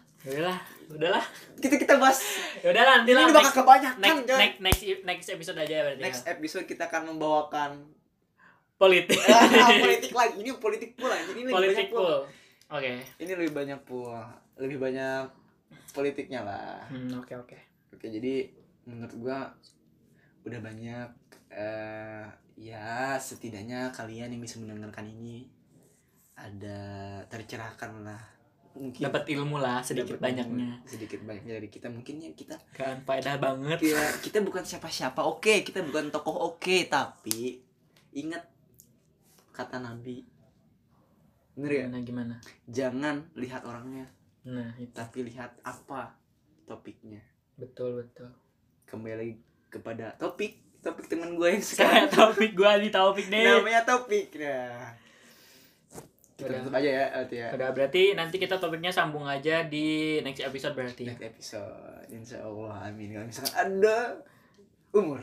kita bahas ya udahlah nanti lah, ini bakal kebanyakan next episode aja berarti. Next episode kita akan membawakan politik. Politik lagi, ini politik pula, jadi ini politik pula. Oke. Ini lebih banyak politiknya lah. Oke. Jadi menurut gua udah banyak ya setidaknya kalian yang bisa mendengarkan ini ada tercerahkan lah, mungkin dapat ilmu lah sedikit banyaknya dari kita. Mungkin ya kita kan faedah banget ya, kita bukan siapa-siapa, oke, kita bukan tokoh, oke, tapi ingat kata Nabi, bener ya, gimana? Jangan lihat orangnya, itu. tapi lihat apa topiknya. Betul. Kembali lagi kepada topik teman gue yang sekarang. Topik deh, namanya topik. Nah, kita tutup aja ya, udah berarti nanti kita topiknya sambung aja di next episode berarti. Next episode, insya Allah, amin. Kalau misalkan ada umur.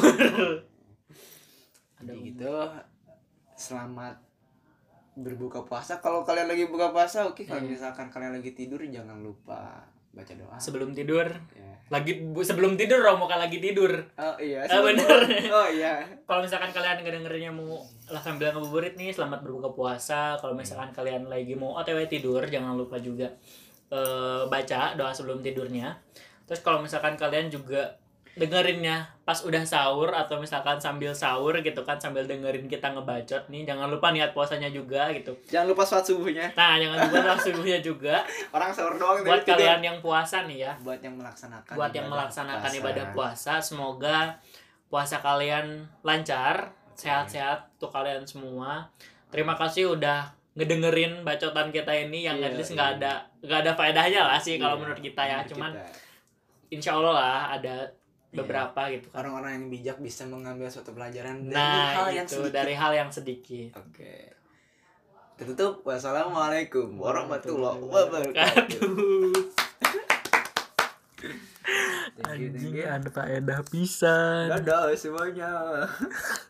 Jadi gitu. Selamat berbuka puasa. Kalau kalian lagi buka puasa, oke. Kalau misalkan kalian lagi tidur, jangan lupa baca doa sebelum tidur. Ya. Sebelum tidur rombongan lagi tidur. Oh iya. Bener. Oh iya. Kalau misalkan kalian ngedengerinnya mau lah sambil ngabuburit nih, selamat berbuka puasa. Kalau misalkan kalian lagi mau OTW tidur, jangan lupa juga baca doa sebelum tidurnya. Terus kalau misalkan kalian juga dengerinnya pas udah sahur atau misalkan sambil sahur gitu kan, sambil dengerin kita ngebacot nih, jangan lupa niat puasanya juga gitu. Jangan lupa sholat subuhnya. Nah, jangan lupa sholat subuhnya juga. Orang sahur doang. Buat kalian yang puasa nih ya. Buat yang melaksanakan ibadah puasa, semoga puasa kalian lancar, sehat-sehat untuk kalian semua. Terima kasih udah ngedengerin bacotan kita ini yang at least nggak ada faedahnya lah sih kalau menurut kita ya. Cuman insya Allah lah ada beberapa gitu kan. Orang-orang yang bijak bisa mengambil suatu pelajaran dari hal yang sedikit. Oke. Tutup. Wassalamualaikum warahmatullahi wabarakatuh. Thank you. Anjing ada faedah pisan. Dadah semuanya.